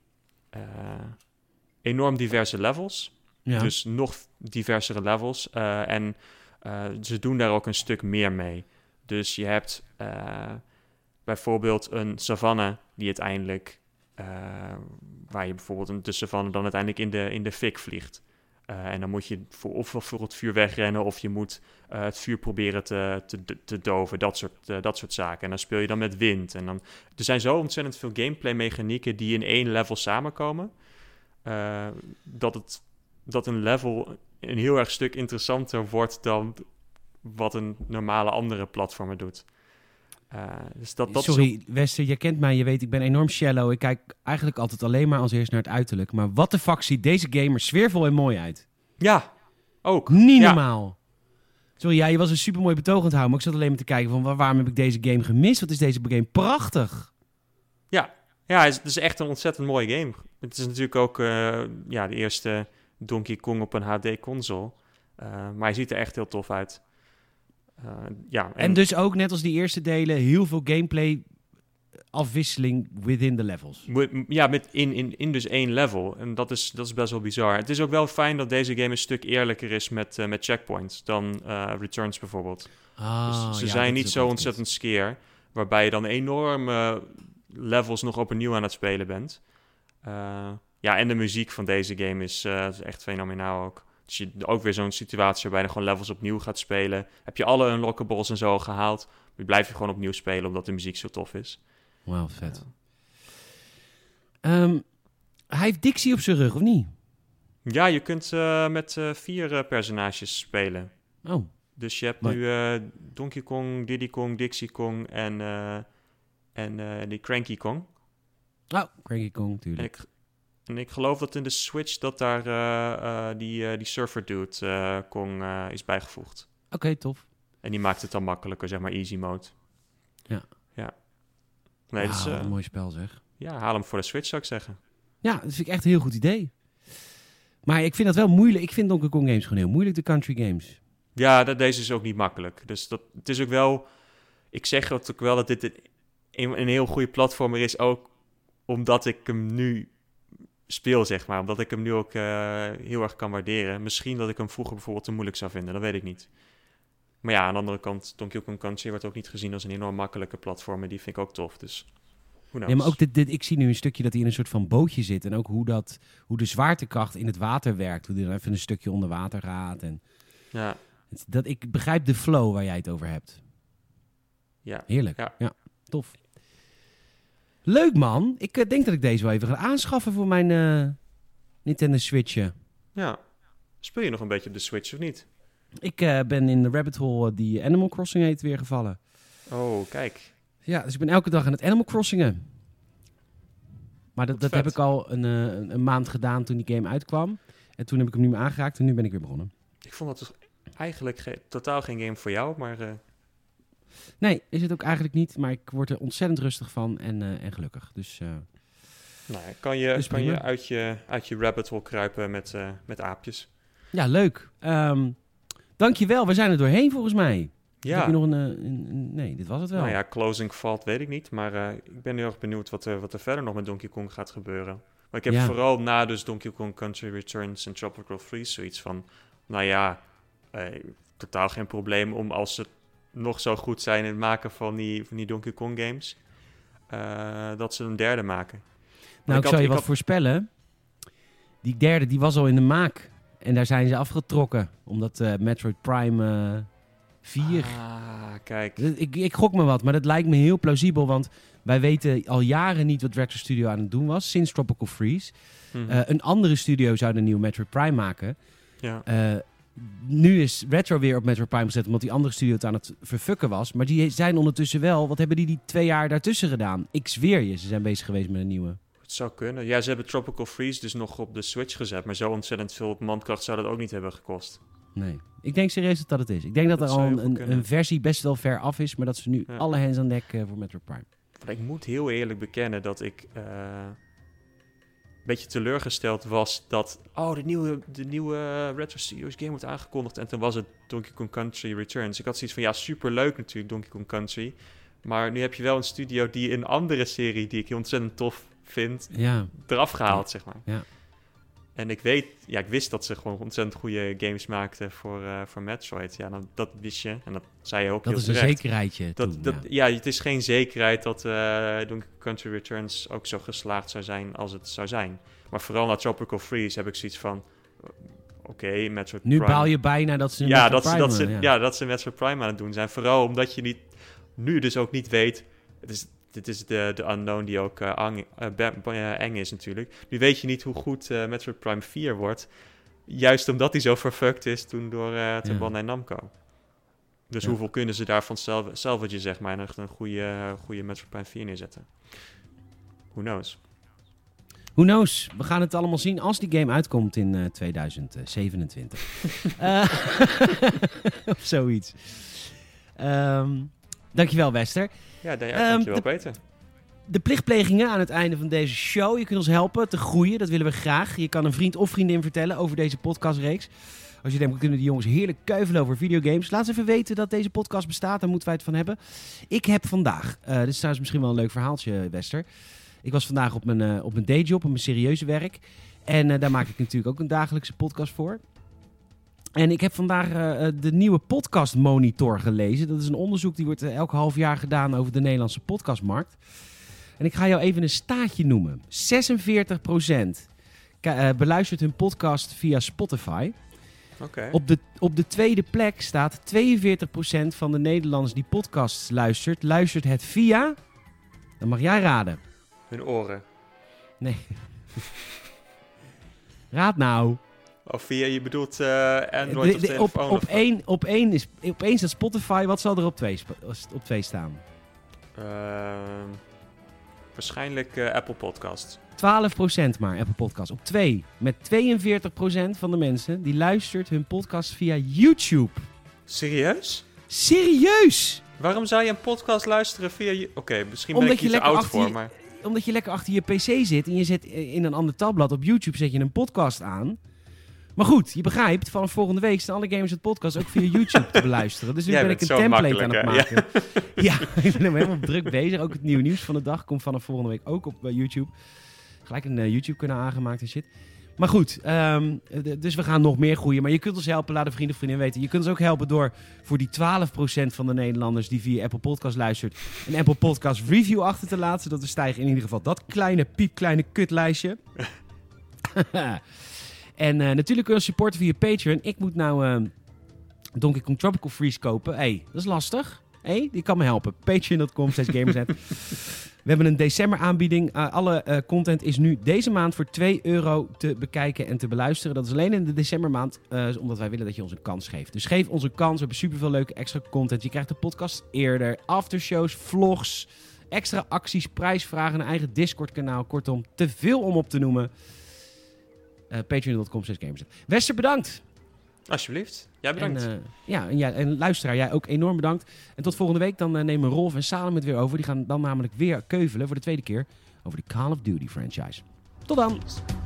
enorm diverse levels. Ja. Dus nog diversere levels. En ze doen daar ook een stuk meer mee. Dus je hebt bijvoorbeeld een savanne die uiteindelijk... waar je bijvoorbeeld de savanne dan uiteindelijk in de fik vliegt. En dan moet je ofwel voor het vuur wegrennen... of je moet het vuur proberen te doven. Dat soort zaken. En dan speel je dan met wind. En dan, er zijn zo ontzettend veel gameplay-mechanieken... die in één level samenkomen... dat een level een heel erg stuk interessanter wordt... dan wat een normale andere platformer doet. Sorry, Wester, je kent mij, je weet, ik ben enorm shallow. Ik kijk eigenlijk altijd alleen maar als eerst naar het uiterlijk. Maar wat de fuck ziet deze gamer sfeervol en mooi uit. Ja, ook. Niet normaal. Sorry, je was een supermooi betoog aan het houden, maar ik zat alleen maar te kijken van waarom heb ik deze game gemist? Wat is deze game prachtig. Ja, het is echt een ontzettend mooie game. Het is natuurlijk ook de eerste Donkey Kong op een HD-console. Maar hij ziet er echt heel tof uit. En dus ook, net als die eerste delen, heel veel gameplay afwisseling within the levels. Ja, in dus één level. En dat is best wel bizar. Het is ook wel fijn dat deze game een stuk eerlijker is met checkpoints dan Returns bijvoorbeeld. Dus ze zijn niet zo ontzettend scare, waarbij je dan enorme levels nog opnieuw aan het spelen bent. En de muziek van deze game is echt fenomenaal ook. Dus je ook weer zo'n situatie waarbij je gewoon levels opnieuw gaat spelen. Heb je alle unlockables en zo gehaald, maar blijf je gewoon opnieuw spelen omdat de muziek zo tof is. Wauw, vet. Hij heeft Dixie op zijn rug, of niet? Ja, je kunt met 4 personages spelen. Oh. Dus je hebt nu Donkey Kong, Diddy Kong, Dixie Kong en die Cranky Kong. Oh, Cranky Kong, tuurlijk. En ik geloof dat in de Switch dat daar die Surfer Dude Kong is bijgevoegd. Oké, tof. En die maakt het dan makkelijker, zeg maar easy mode. Ja. Nee, wat een mooi spel zeg. Ja, haal hem voor de Switch zou ik zeggen. Ja, dat vind ik echt een heel goed idee. Maar ik vind dat wel moeilijk. Ik vind Donkey Kong games gewoon heel moeilijk, de country games. Ja, deze is ook niet makkelijk. Dus het is ook wel... Ik zeg ook wel dat dit een heel goede platformer is, ook omdat ik hem nu speel, zeg maar. Omdat ik hem nu ook heel erg kan waarderen. Misschien dat ik hem vroeger bijvoorbeeld te moeilijk zou vinden, dat weet ik niet. Maar ja, aan de andere kant, Donkey Kong Country wordt ook niet gezien als een enorm makkelijke platformer. Die vind ik ook tof, dus who knows. Ja, maar ook ik zie nu een stukje dat hij in een soort van bootje zit. En ook hoe de zwaartekracht in het water werkt. Hoe hij dan even een stukje onder water gaat. En ja. Ik begrijp de flow waar jij het over hebt. Ja. Heerlijk. Ja, tof. Leuk, man. Ik denk dat ik deze wel even ga aanschaffen voor mijn Nintendo Switchje. Ja. Speel je nog een beetje op de Switch of niet? Ik ben in de rabbit hole die Animal Crossing heet weer gevallen. Oh, kijk. Ja, dus ik ben elke dag aan het Animal Crossingen. Maar dat heb ik al een maand gedaan toen die game uitkwam. En toen heb ik hem nu aangeraakt en nu ben ik weer begonnen. Ik vond dat dus eigenlijk totaal geen game voor jou, maar... Nee, is het ook eigenlijk niet. Maar ik word er ontzettend rustig van en gelukkig. Dus... kan je uit je rabbit hole kruipen met aapjes. Ja, leuk. Dankjewel, we zijn er doorheen volgens mij. Ja. Heb je nog nee, dit was het wel. Nou ja, closing valt, weet ik niet. Maar ik ben heel erg benieuwd wat er verder nog met Donkey Kong gaat gebeuren. Maar ik heb vooral na dus Donkey Kong Country Returns en Tropical Freeze zoiets van... Nou ja, totaal geen probleem om als het nog zo goed zijn in het maken van die Donkey Kong games, dat ze een derde maken. Nou, ik zal je wat voorspellen. Die derde, die was al in de maak. En daar zijn ze afgetrokken. Omdat Metroid Prime 4... Ah, kijk. Ik gok me wat, maar dat lijkt me heel plausibel. Want wij weten al jaren niet wat Retro Studio aan het doen was. Sinds Tropical Freeze. Een andere studio zou een nieuwe Metroid Prime maken. Ja. Nu is Retro weer op Metroid Prime gezet, omdat die andere studio het aan het verfukken was. Maar die zijn ondertussen wel... Wat hebben die 2 jaar daartussen gedaan? Ik zweer je, ze zijn bezig geweest met een nieuwe. Het zou kunnen. Ja, ze hebben Tropical Freeze dus nog op de Switch gezet. Maar zo ontzettend veel mankracht zou dat ook niet hebben gekost. Nee. Ik denk serieus dat het is. Ik denk dat er al een versie best wel ver af is, maar dat ze nu alle hands aan dek voor Metroid Prime. Ik moet heel eerlijk bekennen dat ik een beetje teleurgesteld was dat... de nieuwe Retro Studios game wordt aangekondigd. En toen was het Donkey Kong Country Returns. Ik had zoiets van, superleuk natuurlijk, Donkey Kong Country. Maar nu heb je wel een studio die een andere serie, die ik heel ontzettend tof vind, eraf gehaald, zeg maar. Ja. En ik wist dat ze gewoon ontzettend goede games maakten voor Metroid. Ja, dat wist je. En dat zei je ook heel terecht. Dat is een zekerheidje het is geen zekerheid dat Donkey Kong Country Returns ook zo geslaagd zou zijn als het zou zijn. Maar vooral na Tropical Freeze heb ik zoiets van... Oké, Metroid nu Prime... baal je bijna dat ze dat ze Metroid Prime aan het doen zijn. Vooral omdat je nu dus ook niet weet... Dit is de unknown die ook eng is natuurlijk. Nu weet je niet hoe goed Metroid Prime 4 wordt. Juist omdat hij zo verfucked is toen door Bandai Namco. Dus hoeveel kunnen ze daarvan salvage, zeg maar, en echt een goede Metroid Prime 4 neerzetten? Who knows? Who knows? We gaan het allemaal zien als die game uitkomt in 2027. Of zoiets. Dankjewel, Wester. Ja, dankjewel, Peter. De plichtplegingen aan het einde van deze show. Je kunt ons helpen te groeien, dat willen we graag. Je kan een vriend of vriendin vertellen over deze podcastreeks. Als je denkt, we kunnen die jongens heerlijk kuivelen over videogames. Laat ze even weten dat deze podcast bestaat, daar moeten wij het van hebben. Ik heb vandaag, dit is trouwens misschien wel een leuk verhaaltje, Wester. Ik was vandaag op mijn dayjob, op mijn serieuze werk. En daar maak ik natuurlijk ook een dagelijkse podcast voor. En ik heb vandaag de nieuwe Podcast Monitor gelezen. Dat is een onderzoek die wordt elk half jaar gedaan over de Nederlandse podcastmarkt. En ik ga jou even een staatje noemen. 46% beluistert hun podcast via Spotify. Okay. Op de tweede plek staat 42% van de Nederlanders die podcasts luistert het via... Dan mag jij raden. Hun oren. Nee. Raad nou. Of via, je bedoelt Android of telefoon? Op één staat Spotify. Wat zal er op 2 staan? Waarschijnlijk Apple Podcasts. 12% maar, Apple Podcasts. Op 2, met 42% van de mensen die luistert hun podcast via YouTube. Serieus? Serieus? Waarom zou je een podcast luisteren via... Oké, misschien ben ik hier te oud voor, maar... Omdat je lekker achter je pc zit en je zet in een ander tabblad op YouTube zet je een podcast aan. Maar goed, je begrijpt, vanaf volgende week staan alle Gamers het podcast ook via YouTube te beluisteren. Dus nu ben ik een template aan het maken. Ja, ik ben helemaal druk bezig. Ook het nieuwe nieuws van de dag komt vanaf volgende week ook op YouTube. Gelijk een YouTube-kanaal aangemaakt en shit. Maar goed, dus we gaan nog meer groeien. Maar je kunt ons helpen, laat een vriend of vriendin weten. Je kunt ons ook helpen door voor die 12% van de Nederlanders die via Apple Podcast luistert, een Apple Podcast review achter te laten. Zodat we stijgen in ieder geval dat piepkleine kutlijstje. En natuurlijk kun je ons supporten via Patreon. Ik moet nou Donkey Kong Tropical Freeze kopen. Dat is lastig. Die kan me helpen. Patreon.com/gamersnet. We hebben een december aanbieding. Alle content is nu deze maand voor €2 te bekijken en te beluisteren. Dat is alleen in de decembermaand, omdat wij willen dat je ons een kans geeft. Dus geef ons een kans. We hebben superveel leuke extra content. Je krijgt de podcast eerder, aftershows, vlogs, extra acties, prijsvragen, een eigen Discord-kanaal. Kortom, te veel om op te noemen. Patreon.com/gamersnet. Wester, bedankt. Alsjeblieft. Jij bedankt. En luisteraar, jij ook enorm bedankt. En tot volgende week, dan nemen Rolf en Salem het weer over. Die gaan dan namelijk weer keuvelen voor de tweede keer over de Call of Duty franchise. Tot dan!